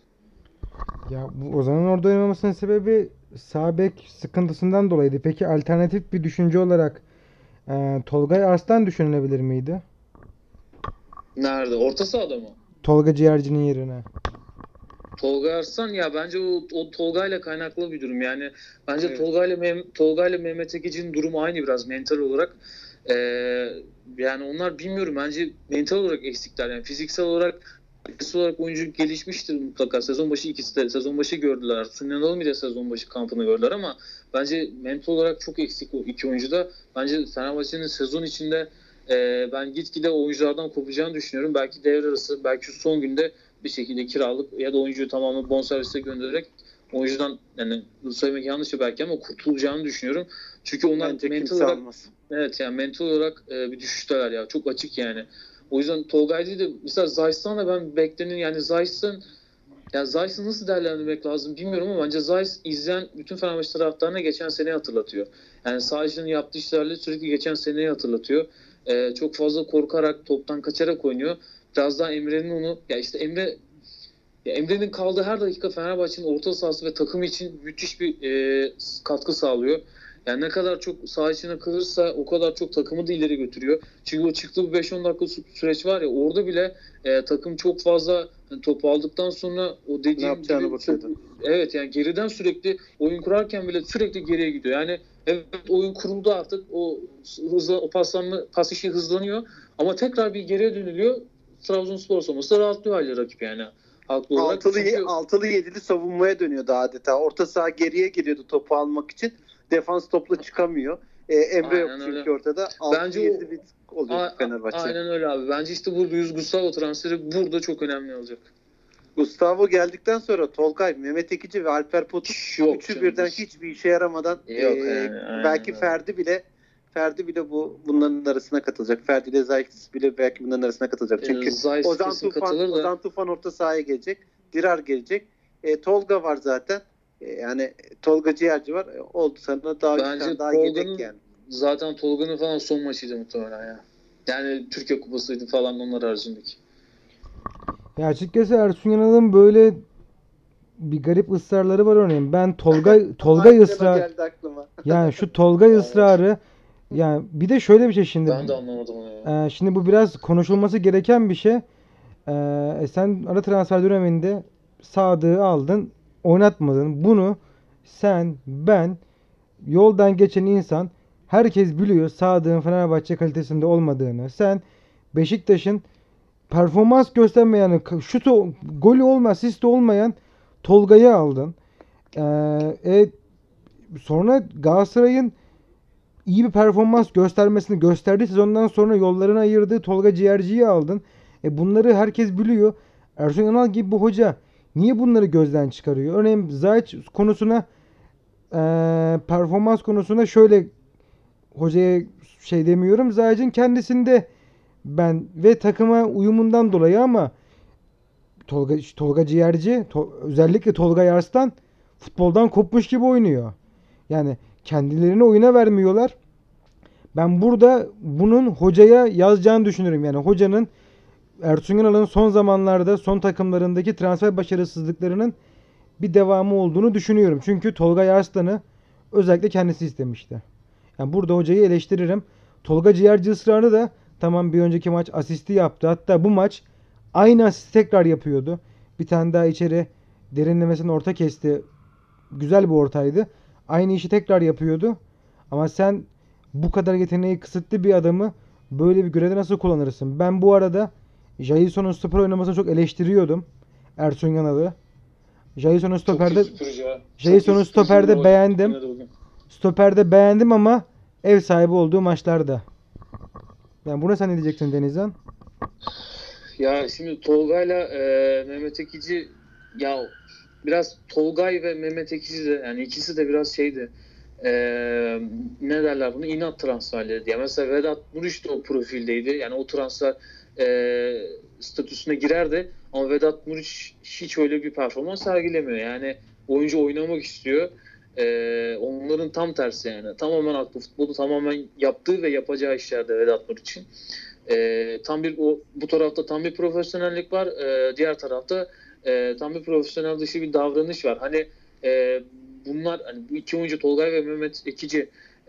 ya bu Ozan'ın orada oynamamasının sebebi sağ bek sıkıntısından dolayıydı. Peki alternatif bir düşünce olarak Tolga Arslan düşünülebilir miydi? Nerede? Orta sahada mı? Tolga Ciğerci'nin yerine. Tolga Arslan ya bence o Tolga ile kaynaklı bir durum. Yani bence Evet. Tolga ile Mehmet Ekici'nin durumu aynı biraz mental olarak. Yani onlar bilmiyorum bence mental olarak eksikler. Yani fiziksel olarak oyuncu gelişmiştir mutlaka. Sezon başı ikisi de sezon başı gördüler. Sunyan Almi de sezon başı kampını gördüler ama bence mental olarak çok eksik o iki oyuncu da. Bence Fenerbahçe'nin sezon içinde ben gitgide oyunculardan kopacağını düşünüyorum. Belki devre arası, belki şu son günde bir şekilde kiralık ya da oyuncuyu tamamen bonservise göndererek oyuncudan yani söylemek yanlış belki ama kurtulacağını düşünüyorum. Çünkü onlar Bence mental kimse olarak almaz. evet yani mental olarak bir düşüşteler ya. Çok açık yani. O yüzden Tolga'yı da mesela Zayt'tan da ben beklenin yani Zayt'ı nasıl değerlendirmek lazım bilmiyorum ama bence Zayt izleyen bütün Fenerbahçe taraftarına geçen seneyi hatırlatıyor. Yani sadece yaptığı işlerle sürekli geçen seneyi hatırlatıyor. Çok fazla korkarak, toptan kaçarak oynuyor. Biraz daha Emre'nin onu ya işte Emre'nin kaldığı her dakika Fenerbahçe'nin orta sahası ve takımı için müthiş bir katkı sağlıyor. Yani ne kadar çok saha içine kalırsa o kadar çok takımı da ileri götürüyor. Çünkü o çıktığı bu 5-10 dakika süreç var ya orada bile takım çok fazla hani topu aldıktan sonra o Ne dediğim yapacağını gibi bakıyordu. evet yani geriden sürekli oyun kurarken bile sürekli geriye gidiyor. Yani evet oyun kuruldu artık o hızla o pas işi hızlanıyor ama tekrar bir geriye dönülüyor. Trabzonspor savunması rahatlıyor hali rakip yani. Haklı olarak. Altılı yedili savunmaya dönüyordu adeta. Orta saha geriye geliyordu topu almak için. Defans topla çıkamıyor. Emre yok çünkü öyle. Ortada. Bence 6-7 bit oluyor Fenerbahçe. Aynen öyle abi. Bence işte bu Luis Gustavo transferi burada çok önemli olacak. Gustavo geldikten sonra Tolgay, Mehmet Ekici ve Alper Potuk üçü birden hiçbir işe yaramadan belki Ferdi bile bunların arasına katılacak. Ferdi ile Zayt bile belki bunların arasına katılacak. Çünkü Ozan Tufan orta sahaya gelecek. Dirar gelecek. Tolga var zaten. Yani Tolga Ciğerci var. Oldu sana daha yedek yani. Zaten Tolga'nın falan son maçıydı muhtemelen ya. Yani Türkiye Kupası'ydı falan onlar haricindeki. Ya açıkçası Ersun Yanal'ın böyle bir garip ısrarları var örneğin. Ben Tolga ısrar geldi aklıma. yani şu Tolga ısrarı Yani bir de şöyle bir şey şimdi. Ben de anlamadım onu ya. Şimdi bu biraz konuşulması gereken bir şey. Sen ara transfer döneminde Sadık'ı aldın, oynatmadın. Bunu sen, ben, yoldan geçen insan herkes biliyor Sadık'ın Fenerbahçe kalitesinde olmadığını. Sen Beşiktaş'ın performans göstermeyen, şutu, golü olmayan, asisti olmayan Tolga'yı aldın. Ee, e, Sonra Galatasaray'ın iyi bir performans göstermesini gösterdiği sezondan sonra yollarını ayırdığı Tolga Ciğerci'yi aldın. Bunları herkes biliyor. Ersun Yanal gibi bu hoca niye bunları gözden çıkarıyor? Örneğin Zayt konusuna performans konusunda şöyle hocaya şey demiyorum. Zayt'in kendisinde ben ve takıma uyumundan dolayı ama Tolga Ciğerci özellikle Tolga Yarslan futboldan kopmuş gibi oynuyor. Yani kendilerini oyuna vermiyorlar. Ben burada bunun hocaya yazacağını düşünüyorum. Yani hocanın Ersun Yanal'ın son zamanlarda son takımlarındaki transfer başarısızlıklarının bir devamı olduğunu düşünüyorum. Çünkü Tolga Yarslan'ı özellikle kendisi istemişti. Yani burada hocayı eleştiririm. Tolga Ciğerci ısrarı da tamam, bir önceki maç asisti yaptı. Hatta bu maç aynı asisti tekrar yapıyordu. Bir tane daha içeri derinlemesine orta kesti. Güzel bir ortaydı. Aynı işi tekrar yapıyordu. Ama sen bu kadar yeteneği kısıtlı bir adamı böyle bir görevde nasıl kullanırsın? Ben bu arada Jason'un stoper oynamasını çok eleştiriyordum. Ersun Yanal'ı. Jason'un Çok iyi stoperde süpürücü ya. Çok iyi Jason'un süpürücü bir stoperde beğendim. oynadı bugün. Stoperde beğendim ama ev sahibi olduğu maçlarda. Yani buna sen ne diyeceksin Denizhan? Ya şimdi Tolga'yla Mehmet Ekici, ya biraz Tolgay ve Mehmet Ekici de, yani ikisi de biraz şeydi. E, Ne derler bunu? İnat transferleri diye. Mesela Vedat Muriç de o profildeydi. Yani o transfer statüsüne girerdi. Ama Vedat Muriç hiç öyle bir performans sergilemiyor. Yani oyuncu oynamak istiyor. Onların tam tersi yani. Tamamen aklı futbolu tamamen yaptığı ve yapacağı işlerde Vedat Muriç'in. Tam bir bu tarafta tam bir profesyonellik var. Diğer tarafta tam bir profesyonel dışı bir davranış var. Hani bunlar, hani bu iki oyuncu Tolgay ve Mehmet Ekici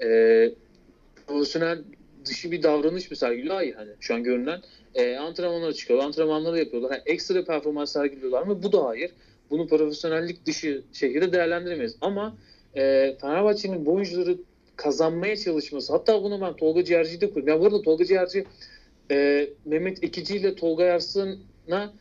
profesyonel dışı bir davranış mı sergiliyor? Hayır, hani şu an görünen antrenmanlara çıkıyorlar, antrenmanları yapıyorlar. Yani ekstra performans sergiliyorlar mı? Bu da hayır. Bunu profesyonellik dışı şekilde değerlendiremeyiz. Ama Fenerbahçe'nin bu oyuncuları kazanmaya çalışması, hatta bunu ben Tolga Ciğerci'yi de koyuyorum. Ya bu arada Tolga Ciğerci Mehmet Ekici ile Tolga Yarslan'a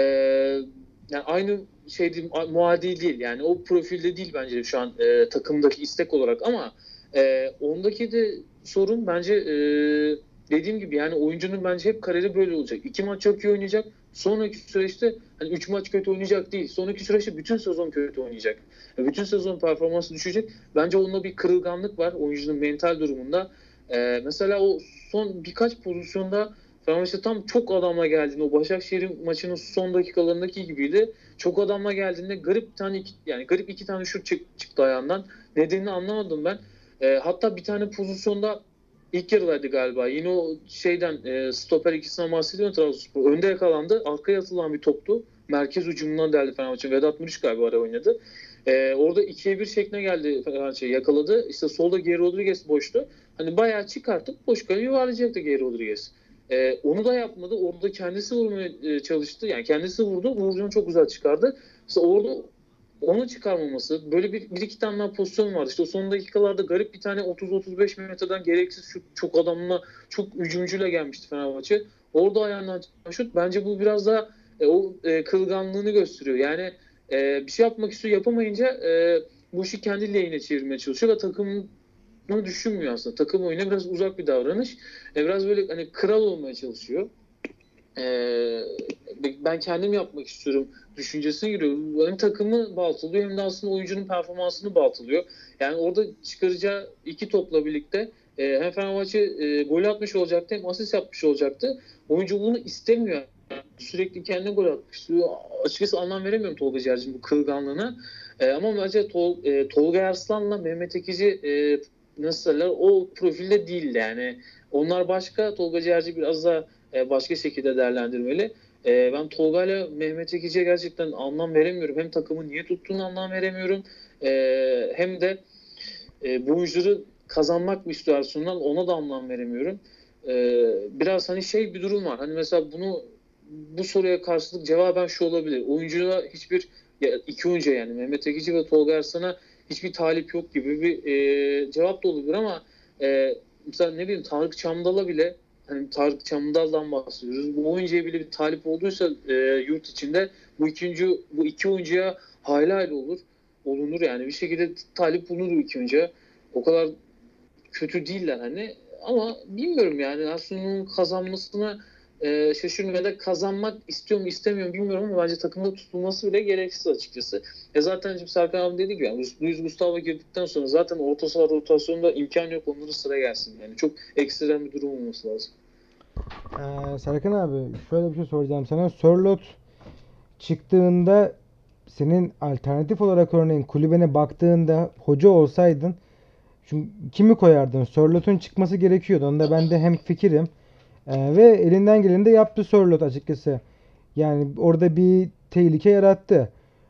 yani aynı şey değil, muadil değil. Yani o profilde değil bence şu an takımdaki istek olarak, ama ondaki de sorun bence dediğim gibi, yani oyuncunun bence hep kariyeri böyle olacak. 2 maç çok iyi oynayacak. Sonraki süreçte hani 3 maç kötü oynayacak değil. Sonraki süreçte bütün sezon kötü oynayacak. Bütün sezon performansı düşecek. Bence onda bir kırılganlık var oyuncunun mental durumunda. Mesela o son birkaç pozisyonda Fenerbahçe tam çok adamla geldiğinde, o Başakşehir maçının son dakikalarındaki gibiydi. Çok adamla geldiğinde garip iki tane şut çıktı ayağından. Nedenini anlamadım ben. Hatta bir tane pozisyonda ilk yarıdaydı galiba. Yine o şeyden stoper ikisinden bahsediyorum, Trabzonspor. Önde yakalandı. Arkaya atılan bir toptu. Merkez ucundan deldi Fenerbahçe. Vedat Muriç galiba ara oynadı. Orada 2'ye 1 şekline geldi Fenerbahçe. Yakaladı. İşte solda Geri Rodriguez boştu. Hani bayağı çıkartıp boş kaleye yuvarlayacaktı Geri Rodriguez. Onu da yapmadı. Orada kendisi vurmaya çalıştı. Yani kendisi vurdu. Vurduğunu çok güzel çıkardı. Mesela orada onu çıkarmaması. Böyle bir iki tane daha pozisyon vardı. İşte o son dakikalarda garip bir tane 30-35 metreden gereksiz şut, çok adamla, çok hücumcuyla gelmişti Fenerbahçe. Orada ayağından çıkan şut. Bence bu biraz daha o kırılganlığını gösteriyor. Yani bir şey yapmak istiyor, yapamayınca bu işi kendi lehine çevirmeye çalışıyor ve takımın bunu düşünmüyor aslında. Takım oyuna biraz uzak bir davranış. Biraz böyle hani kral olmaya çalışıyor. Ben kendim yapmak istiyorum düşüncesine giriyor. Hem takımı baltalıyor hem de aslında oyuncunun performansını baltalıyor. Yani orada çıkaracağı 2 topla birlikte hem Fenerbahçe gol atmış olacaktı hem asist yapmış olacaktı. Oyuncu bunu istemiyor. Sürekli kendine gol atmak istiyor. Açıkçası anlam veremiyorum Tolga Ciğerci'nin bu kırılganlığına. Ama bence Tolga Arslan'la Mehmet Ekici nasıl derler, o profilde değil yani. Onlar başka, Tolga Ciğerci biraz da başka şekilde değerlendirmeli. Ben Tolga ile Mehmet Ekici'ye gerçekten anlam veremiyorum. Hem takımı niye tuttuğunu anlam veremiyorum. Hem de bu oyuncuları kazanmak mı istiyor Ersun Yanal? Ona da anlam veremiyorum. Biraz hani bir durum var. Hani mesela bu soruya karşılık cevaben şu olabilir. Oyuncuya iki oyuncu yani Mehmet Ekici ve Tolga Arslan'a hiçbir talip yok gibi bir cevap da olabilir ama mesela ne bileyim Tarık Çamdal'a bile, hani Tarık Çamdal'dan bahsediyoruz. Bu oyuncuya bile bir talip olduysa yurt içinde bu iki oyuncuya hayli olunur yani bir şekilde talip bulunur bu iki oyuncuya. O kadar kötü değiller hani, ama bilmiyorum yani Arsenal'ın kazanmasına şaşırmıyorum ya da kazanmak istiyor mu istemiyor mu bilmiyorum ama bence takımda tutulması bile gereksiz açıkçası. Zaten şimdi Serkan abi dediği gibi yani Luis Gustavo girdikten sonra zaten orta saha rotasyonunda imkan yok, onlara sıra gelsin. Yani çok ekstrem bir durum olması lazım. Serkan abi şöyle bir şey soracağım sana. Sörloth çıktığında senin alternatif olarak örneğin kulübene baktığında hoca olsaydın çünkü kimi koyardın? Sörloth'un çıkması gerekiyordu. Onda ben de hemfikirim. Ve elinden geleni de yaptı Sörloth açıkçası. Yani orada bir tehlike yarattı.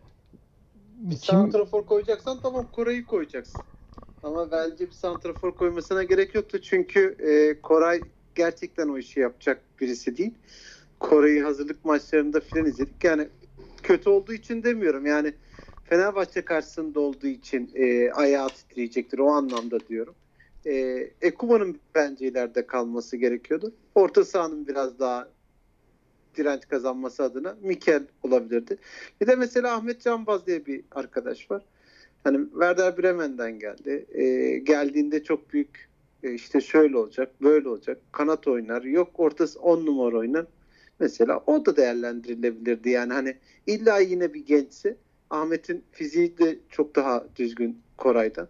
Bir Kim santrafor koyacaksan tamam, Koray'ı koyacaksın. Ama bence bir santrafor koymasına gerek yoktu. Çünkü Koray gerçekten o işi yapacak birisi değil. Koray'ı hazırlık maçlarında filan izledik. Yani kötü olduğu için demiyorum. Yani Fenerbahçe karşısında olduğu için ayağı titreyecektir. O anlamda diyorum. Ekuba'nın bence ileride kalması gerekiyordu. Orta sahanın biraz daha direnç kazanması adına Mikel olabilirdi. Bir de mesela Ahmet Canbaz diye bir arkadaş var. Hani Werder Bremen'den geldi. Geldiğinde çok büyük işte şöyle olacak, böyle olacak. Kanat oynar. Yok ortası 10 numara oynar. Mesela o da değerlendirilebilirdi. Yani hani illa yine bir gençse, Ahmet'in fiziği de çok daha düzgün Koray'dan.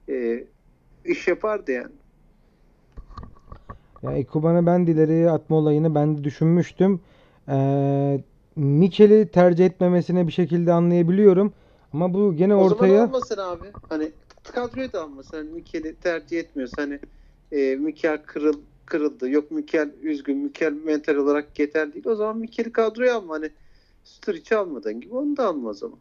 İş yapardı yani. ya Ekuban'ı ben de ileriye atma olayını ben de düşünmüştüm. Mikel'i tercih etmemesine bir şekilde anlayabiliyorum. Ama bu gene O zaman ortaya almasın abi. Hani kadroyu da almasın. Hani Mikel'i tercih etmiyorsa, hani Mikel kırıldı. Yok Mikel üzgün. Mikel mental olarak yeter değil. O zaman Mikel'i kadroya alma. Hani Sturridge'i almadığın gibi onu da alma o zaman.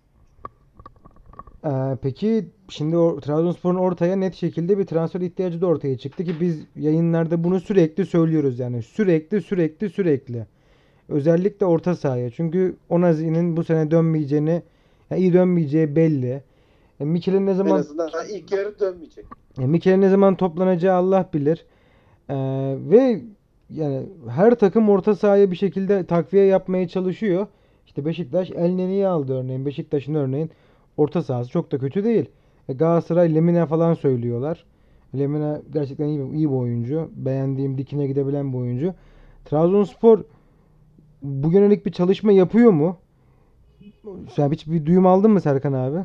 Peki şimdi Trabzonspor'un ortaya net şekilde bir transfer ihtiyacı da ortaya çıktı ki biz yayınlarda bunu sürekli söylüyoruz yani sürekli. Özellikle orta sahaya. Çünkü Onazi'nin bu sene dönmeyeceğini, ya iyi dönmeyeceği belli. Mikel'in ne En zaman azından ilk yarı dönmeyecek. Mikel'in ne zaman toplanacağı Allah bilir. Ve yani her takım orta sahaya bir şekilde takviye yapmaya çalışıyor. İşte Beşiktaş El Neni'yi aldı örneğin. Beşiktaş'ın örneğin orta sahası çok da kötü değil. Galatasaray Lemina falan söylüyorlar. Lemina gerçekten iyi bir oyuncu. Beğendiğim, dikine gidebilen bir oyuncu. Trabzonspor bu yönelik bir çalışma yapıyor mu? Sen hiç bir duyum aldın mı Serkan abi?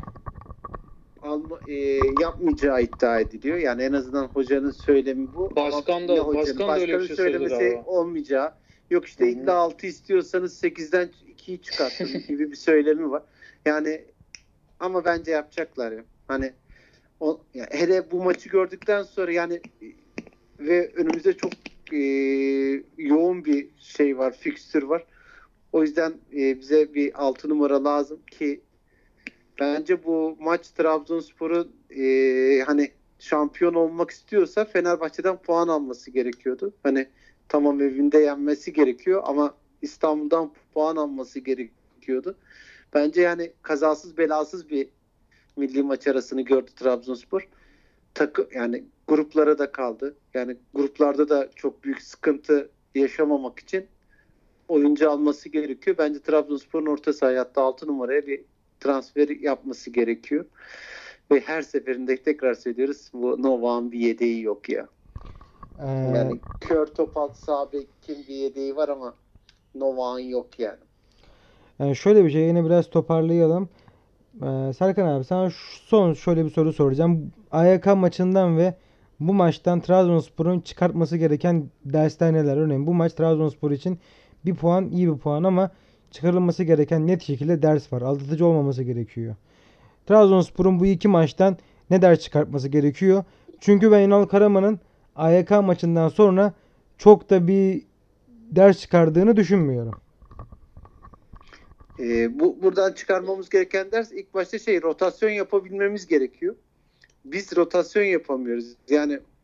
Yapmayacağı iddia ediliyor. Yani en azından hocanın söylemi bu. Başkan Ama yine da başkan da öyle bir başkanın şey söyledi söylemesi galiba. olmayacağı. Yok işte illa 6 istiyorsanız 8'den 2'yi çıkartın gibi bir söylemi var. Yani ama bence yapacaklar ya. Hani ya hele bu maçı gördükten sonra yani ve önümüzde çok yoğun bir şey var, fikstür var. O yüzden bize bir 6 numara lazım ki bence bu maç Trabzonspor'un hani şampiyon olmak istiyorsa Fenerbahçe'den puan alması gerekiyordu. Hani tamam evinde yenmesi gerekiyor ama İstanbul'dan puan alması gerekiyordu. Bence yani kazasız belasız bir milli maç arasını gördü Trabzonspor. Yani gruplara da kaldı. Yani gruplarda da çok büyük sıkıntı yaşamamak için oyuncu alması gerekiyor. Bence Trabzonspor'un orta sahaya, hatta 6 numaraya bir transfer yapması gerekiyor. Ve her seferinde tekrar söylüyoruz, bu Novak'ın bir yedeği yok ya. Ee, Yani kör topal sağ bekin bir yedeği var ama Novak'ın yok yani. Yani şöyle bir şey yine biraz toparlayalım. Serkan abi sana son şöyle bir soru soracağım. AYK maçından ve bu maçtan Trabzonspor'un çıkartması gereken dersler neler? Örneğin bu maç Trabzonspor için bir puan iyi bir puan ama çıkarılması gereken net şekilde ders var. Aldatıcı olmaması gerekiyor. Trabzonspor'un bu iki maçtan ne ders çıkartması gerekiyor? Çünkü ben Ünal Karaman'ın AYK maçından sonra çok da bir ders çıkardığını düşünmüyorum. Buradan çıkarmamız gereken ders ilk başta rotasyon yapabilmemiz gerekiyor. Biz rotasyon yapamıyoruz. Yani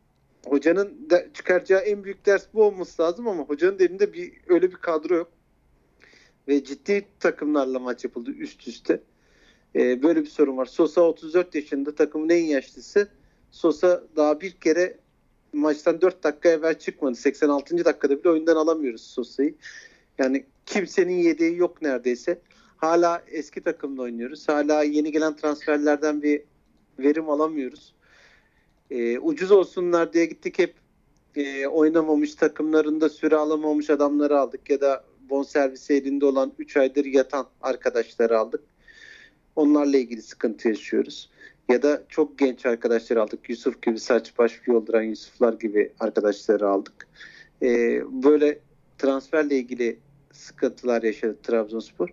Hocanın da çıkaracağı en büyük ders bu olması lazım ama hocanın elinde öyle bir kadro yok. Ve ciddi takımlarla maç yapıldı üst üste. Böyle bir sorun var. Sosa 34 yaşında, takımın en yaşlısı. Sosa daha bir kere maçtan 4 dakika evvel çıkmadı. 86. dakikada bile oyundan alamıyoruz Sosa'yı. Yani kimsenin yedeği yok neredeyse. Hala eski takımla oynuyoruz. Hala yeni gelen transferlerden bir verim alamıyoruz. Ucuz olsunlar diye gittik, hep oynamamış, takımlarında süre alamamış adamları aldık ya da bonservisi elinde olan 3 aydır yatan arkadaşları aldık. Onlarla ilgili sıkıntı yaşıyoruz. Ya da çok genç arkadaşlar aldık. Yusuf gibi, saç baş yolduran Yusuflar gibi arkadaşları aldık. Böyle transferle ilgili sıkıntılar yaşadı Trabzonspor.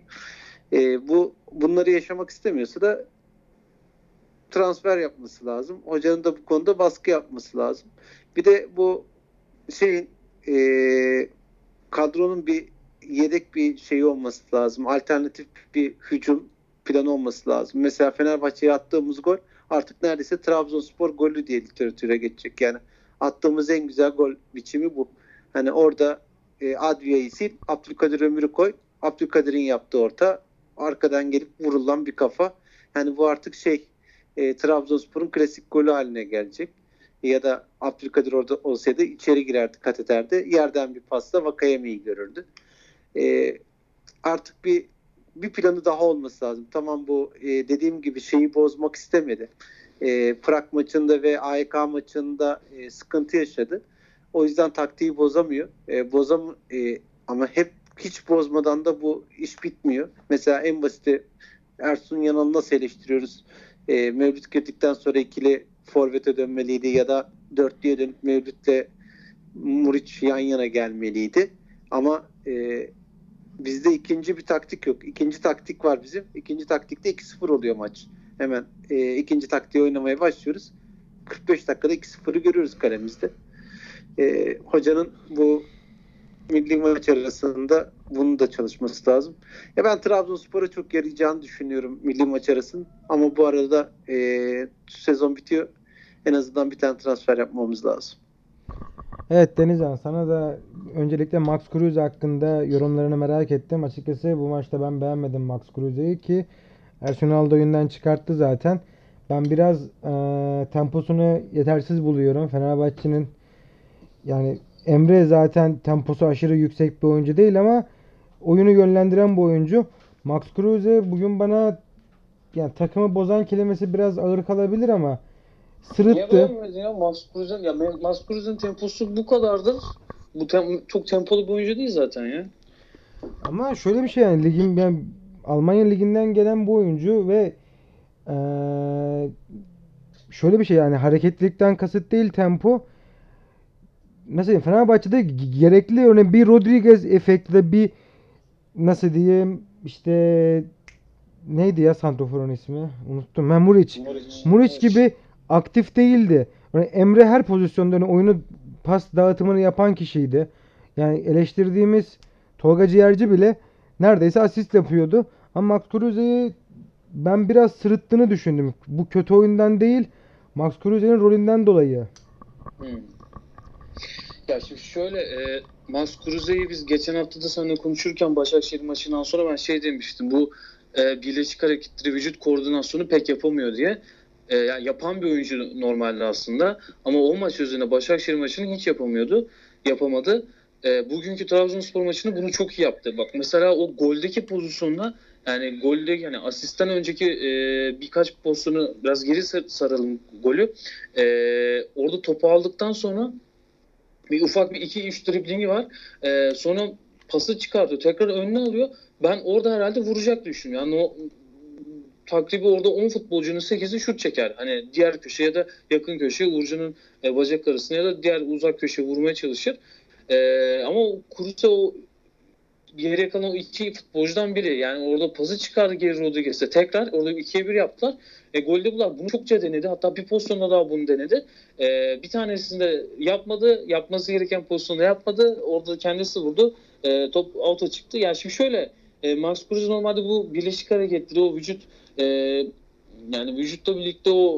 Bunları yaşamak istemiyorsa da transfer yapması lazım. Hocanın da bu konuda baskı yapması lazım. Bir de bu şeyin kadronun bir yedek bir şeyi olması lazım. Alternatif bir hücum planı olması lazım. Mesela Fenerbahçe'ye attığımız gol artık neredeyse Trabzonspor golü diye literatüre geçecek. Yani attığımız en güzel gol biçimi bu. Hani orada Advia'yı sil, Abdülkadir Ömür'ü koy. Abdülkadir'in yaptığı orta, arkadan gelip vurulan bir kafa. Yani bu artık Trabzonspor'un klasik golü haline gelecek. Ya da Abdülkadir orada olsaydı içeri girerdi, kat ederdi. Yerden bir pasla Vakayemi'yi görürdü. Artık bir planı daha olması lazım. Tamam, bu dediğim gibi şeyi bozmak istemedi. Prag maçında ve AEK maçında sıkıntı yaşadı. O yüzden taktiği bozamıyor. Ama hep hiç bozmadan da bu iş bitmiyor. Mesela en basiti Ersun Yanal'ı nasıl eleştiriyoruz? Mevlüt girdikten sonra ikili forvete dönmeliydi ya da dörtlüye dönüp Mevlüt'le Muriç yan yana gelmeliydi. Ama bizde ikinci bir taktik yok. İkinci taktik var bizim. İkinci taktikte 2-0 oluyor maç. Hemen ikinci taktiği oynamaya başlıyoruz. 45 dakikada 2-0'ı görüyoruz kalemizde. Hocanın bu milli maç arasında bunun da çalışması lazım. Ben Trabzonspor'a çok yarayacağını düşünüyorum milli maç arasının. Ama bu arada sezon bitiyor. En azından bir tane transfer yapmamız lazım. Evet Denizhan, sana da öncelikle Max Kruse hakkında yorumlarını merak ettim. Açıkçası bu maçta ben beğenmedim Max Kruse'yi ki Ersun Yanal da oyundan çıkarttı zaten. Ben biraz temposunu yetersiz buluyorum. Fenerbahçe'nin yani Emre zaten temposu aşırı yüksek bir oyuncu değil ama oyunu yönlendiren bu oyuncu. Max Kruse bugün bana, yani takımı bozan kelimesi biraz ağır kalabilir ama Niye sırıttı. beğenmedin ya Max Kruse'nin? Ya Max Kruse'nin temposu bu kadardır. Çok tempolu bir oyuncu değil zaten ya. Ama şöyle bir şey, yani Almanya liginden gelen bu oyuncu ve şöyle bir şey, yani hareketlilikten kasıt değil tempo. Nasıl diyeyim, Fenerbahçe'de gerekli örneğin bir Rodriguez efekti de bir, nasıl diyeyim işte, neydi ya santroforun ismi? Unuttum. Muriç. Muriç gibi aktif değildi. Yani Emre her pozisyonda oyunu, pas dağıtımını yapan kişiydi. Yani eleştirdiğimiz Tolga Ciğerci bile neredeyse asist yapıyordu. Ama Max Kruse'yi ben biraz sırıttığını düşündüm. Bu kötü oyundan değil, Max Kruse'nin rolünden dolayı. Hmm. Ya şimdi şöyle Max Kruse'yi biz geçen hafta da seninle konuşurken Başakşehir maçından sonra ben demiştim. Bu birleşik hareketleri, vücut koordinasyonu pek yapamıyor diye. Yani yapan bir oyuncu normalde aslında. Ama o maç üzerine Başakşehir maçını hiç yapamadı. Bugünkü Trabzonspor maçını bunu çok iyi yaptı. Bak mesela o goldeki pozisyonda, yani golde, yani asistten önceki birkaç pozisyonu biraz geri saralım golü. Orada topu aldıktan sonra bir ufak bir 2-3 driblingi var. Sonra pası çıkartıyor. Tekrar önüne alıyor. Ben orada herhalde vuracak düşünüyorum. Yani o takribi orada 10 futbolcunun 8'i şut çeker. Hani diğer köşeye ya da yakın köşeye Uğurcan'ın bacak arasına ya da diğer uzak köşeye vurmaya çalışır. Ama Kruse o geriye kalan o iki futbolcudan biri. Yani orada pası çıkardı geri Rodriguez'e. Tekrar orada 2'ye 1 yaptılar. Golde bunlar bunu çokça denedi. Hatta bir pozisyonda daha bunu denedi. Bir tanesinde yapmadı. Yapması gereken pozisyonda yapmadı. Orada kendisi vurdu. Top out'a çıktı. Yani şimdi şöyle, Max Kruse normalde bu birleşik hareketleri, o vücut yani vücutla birlikte o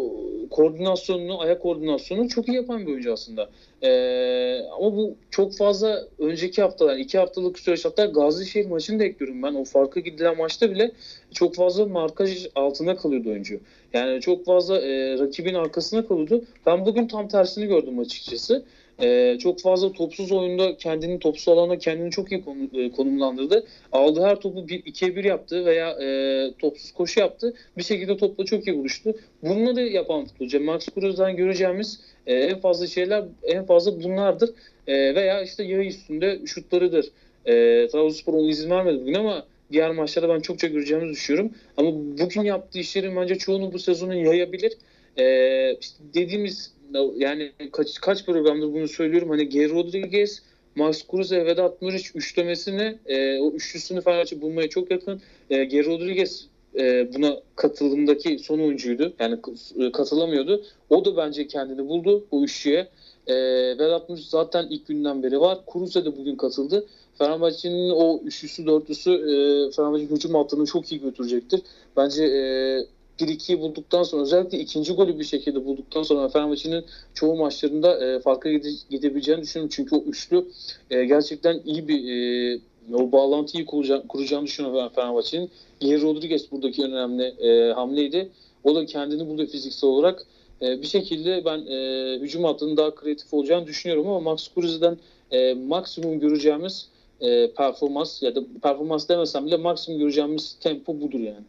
koordinasyonunu, ayak koordinasyonunu çok iyi yapan bir oyuncu aslında. Ama bu çok fazla önceki haftalar, yani 2 haftalık süreç, hatta Gazişehir maçını da ekliyorum ben. O farka gidilen maçta bile çok fazla markaj altında kalıyordu oyuncu. Yani çok fazla rakibin arkasına kalıyordu. Ben bugün tam tersini gördüm açıkçası. Çok fazla topsuz oyunda kendini, topsuz alanda kendini çok iyi konumlandırdı. Aldığı her topu 2'ye 1 yaptı veya topsuz koşu yaptı. Bir şekilde topla çok iyi buluştu. Bunları yapan futbolcu. Max Kruz'dan göreceğimiz en fazla şeyler, en fazla bunlardır. Veya işte yay üstünde şutlarıdır. Trabzonspor ona izin vermedi bugün ama diğer maçlarda ben çokça göreceğimizi düşünüyorum. Ama bugün yaptığı işlerin bence çoğunu bu sezonu yayabilir. İşte dediğimiz, yani kaç programdır bunu söylüyorum. Hani Geri Rodriguez, Max Kruse, Vedat Muriç üçlemesini, o üçlüsünü Fenerbahçe bulmaya çok yakın. Geri Rodriguez buna katılımdaki son oyuncuydu. Yani katılamıyordu. O da bence kendini buldu bu üçlüye. Vedat Muriç zaten ilk günden beri var. Kruse de bugün katıldı. Fenerbahçe'nin o üçlüsü, dörtlüsü Fenerbahçe hücum hattını çok iyi götürecektir. Bence 1-2'yi bulduktan sonra, özellikle ikinci golü bir şekilde bulduktan sonra Fenerbahçe'nin çoğu maçlarında farka gidebileceğini düşünüyorum. Çünkü o üçlü gerçekten iyi bir o bağlantıyı kuracağını düşünüyorum Fenerbahçe'nin. Geri Rodriguez buradaki önemli hamleydi. O da kendini buldu fiziksel olarak. Bir şekilde ben hücum hattının daha kreatif olacağını düşünüyorum ama Max Kruse'den maksimum göreceğimiz performans, ya da performans demesem bile maksimum göreceğimiz tempo budur yani.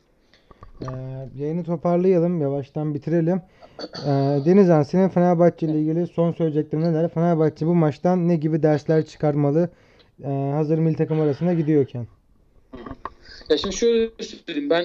Yayını toparlayalım. Yavaştan bitirelim. Denizhan, senin Fenerbahçe ile ilgili son söyleyeceklerin neler? Fenerbahçe bu maçtan ne gibi dersler çıkarmalı? Hazır milli takım arasına gidiyorken. Ya şimdi şöyle söyleyeyim, ben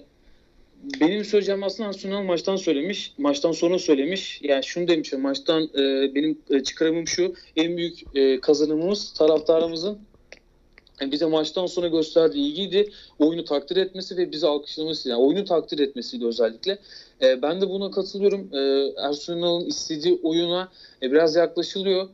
benim söyleyeceğim aslında Sunal maçtan söylemiş. Maçtan sonra söylemiş. Yani şunu demiş, maçtan benim çıkarımım şu: en büyük kazanımımız taraftarımızın bize maçtan sonra gösterdiği ilgiydi. Oyunu takdir etmesi ve bizi alkışlaması. Yani oyunu takdir etmesiydi özellikle. Ben de buna katılıyorum. Ersun Yanal'ın istediği oyuna biraz yaklaşılıyor.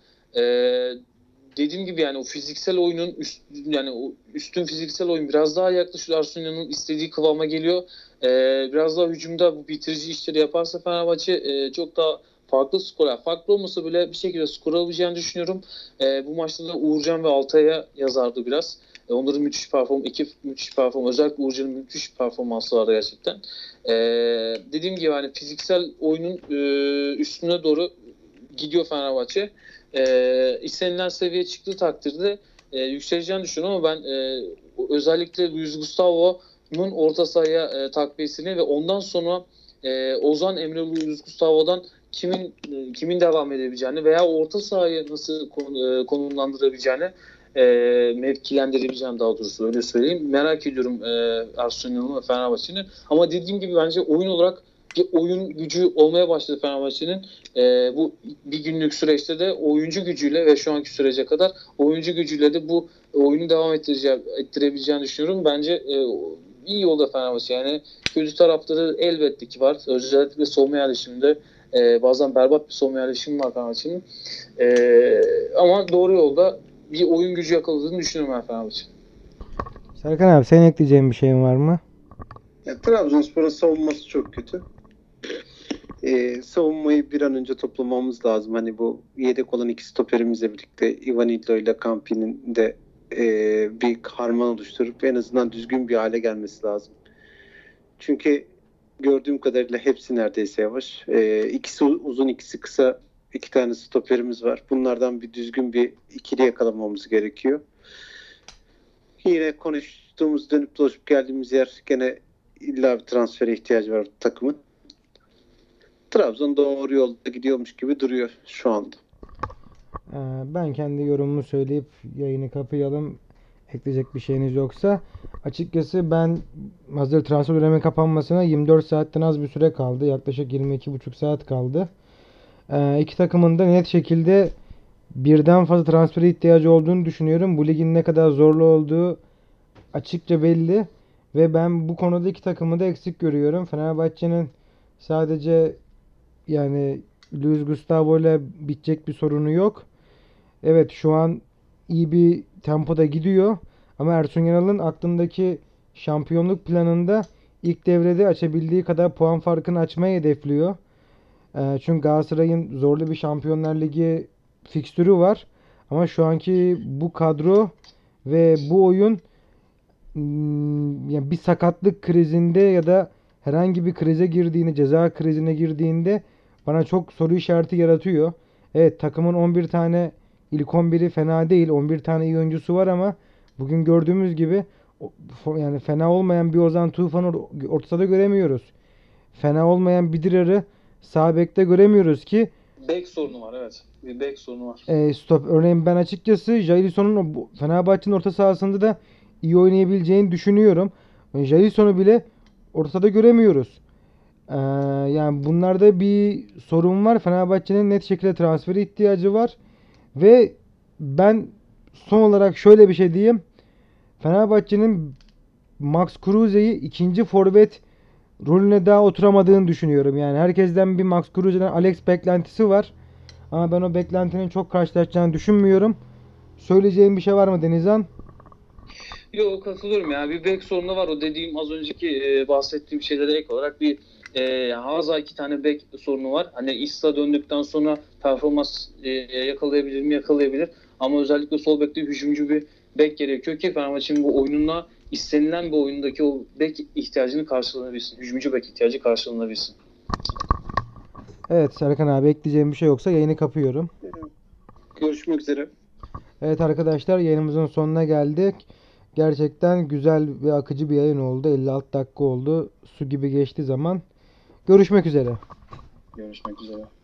Dediğim gibi yani o fiziksel oyunun yani o üstün fiziksel oyun biraz daha yaklaşıyor. Ersun Yanal'ın istediği kıvama geliyor. Biraz daha hücumda bu bitirici işleri yaparsa Fenerbahçe çok daha farklı skorlar. Farklı olmasa bile bir şekilde skor alabileceğini düşünüyorum. Bu maçta da Uğurcan ve Altay'a yazardı biraz. Onların müthiş performans, iki müthiş performans, özellikle Uğurcan'ın müthiş performansı vardı gerçekten. Dediğim gibi hani fiziksel oyunun üstüne doğru gidiyor Fenerbahçe. İstenilen seviye çıktığı takdirde yükseleceğini düşünüyorum ama ben özellikle Luis Gustavo'nun orta sahaya takviyesini ve ondan sonra Ozan, Emre, Luis Gustavo'dan kimin devam edebileceğini veya orta sahaya nasıl konumlandırabileceğini, mevkilendirebileceğini, daha doğrusu öyle söyleyeyim. Merak ediyorum Ersun Yanal'ın ve Fenerbahçe'nin. Ama dediğim gibi bence oyun olarak bir oyun gücü olmaya başladı Fenerbahçe'nin. Bu bir günlük süreçte de oyuncu gücüyle ve şu anki sürece kadar oyuncu gücüyle de bu oyunu devam ettirebileceğini düşünüyorum. Bence iyi yolda Fenerbahçe. Yani kötü tarafları elbette ki var. Özellikle savunma yerleşiminde bazen berbat bir savunma yerleşimi var Fenerbahçe'nin. Ama doğru yolda bir oyun gücü yakaladığını düşünüyorum ben Fenerbahçe. Serkan abi, senin ekleyeceğin bir şeyin var mı? Ya, Trabzonspor'un savunması çok kötü. Savunmayı bir an önce toplamamız lazım. Hani bu yedek olan iki stoperimizle birlikte Ivanildo ile Campi'nin de bir harman oluşturup en azından düzgün bir hale gelmesi lazım. Çünkü gördüğüm kadarıyla hepsi neredeyse yavaş. İkisi uzun, ikisi kısa, iki tane stoperimiz var. Bunlardan bir düzgün bir ikili yakalamamız gerekiyor. Yine konuştuğumuz, dönüp dolaşıp geldiğimiz yer, gene illa bir transfere ihtiyacı var takımın. Trabzon doğru yolda gidiyormuş gibi duruyor şu anda. Ben kendi yorumumu söyleyip yayını kapayalım. Ekleyecek bir şeyiniz yoksa. Açıkçası ben hazır transfer dönemi kapanmasına 24 saatten az bir süre kaldı. Yaklaşık 22,5 saat kaldı. İki takımın da net şekilde birden fazla transfere ihtiyacı olduğunu düşünüyorum. Bu ligin ne kadar zorlu olduğu açıkça belli. Ve ben bu konuda iki takımı da eksik görüyorum. Fenerbahçe'nin sadece yani Luis Gustavo ile bitecek bir sorunu yok. Evet, şu an iyi bir tempoda gidiyor. Ama Ersun Yanal'ın aklındaki şampiyonluk planında ilk devrede açabildiği kadar puan farkını açmayı hedefliyor. Çünkü Galatasaray'ın zorlu bir Şampiyonlar Ligi fikstürü var. Ama şu anki bu kadro ve bu oyun yani bir sakatlık krizinde ya da herhangi bir krize girdiğinde, ceza krizine girdiğinde bana çok soru işareti yaratıyor. Evet, takımın 11 tane ilk 11'i fena değil. 11 tane iyi oyuncusu var ama bugün gördüğümüz gibi yani fena olmayan bir Ozan Tufan'ı ortada göremiyoruz. Fena olmayan bir Dirar'ı sağ bekte göremiyoruz ki Bek sorunu var, evet. Bir bek sorunu var. stop. Örneğin ben açıkçası Jalison'un Fenerbahçe'nin orta sahasında da iyi oynayabileceğini düşünüyorum. Jalison'u bile ortada göremiyoruz. Yani bunlarda bir sorun var. Fenerbahçe'nin net şekilde transferi ihtiyacı var. Ve ben son olarak şöyle bir şey diyeyim. Fenerbahçe'nin Max Kruse'yi ikinci forvet rolüne daha oturamadığını düşünüyorum. Yani herkesten bir Max Kruse'den Alex beklentisi var. Ama ben o beklentinin çok karşılaşacağını düşünmüyorum. Söyleyeceğim bir şey var mı Denizhan? Yok, katılıyorum ya. Bir bek sorunu var. O dediğim az önceki bahsettiğim şeylere ek olarak bir haza 2 tane bek sorunu var. Hani İsla döndükten sonra performans yakalayabilir mi? Yakalayabilir. Ama özellikle sol bekte hücumcu bir bek gerekiyor ki Fenerbahçe'nin bu oyununa istenilen bir oyundaki o bek ihtiyacını karşılanabilsin. Hücumcu bek ihtiyacı karşılanabilsin. Evet Serkan abi, ekleyeceğim bir şey yoksa yayını kapıyorum. Görüşmek üzere. Evet arkadaşlar, yayınımızın sonuna geldik. Gerçekten güzel ve akıcı bir yayın oldu. 56 dakika oldu. Su gibi geçti zaman. Görüşmek üzere. Görüşmek üzere.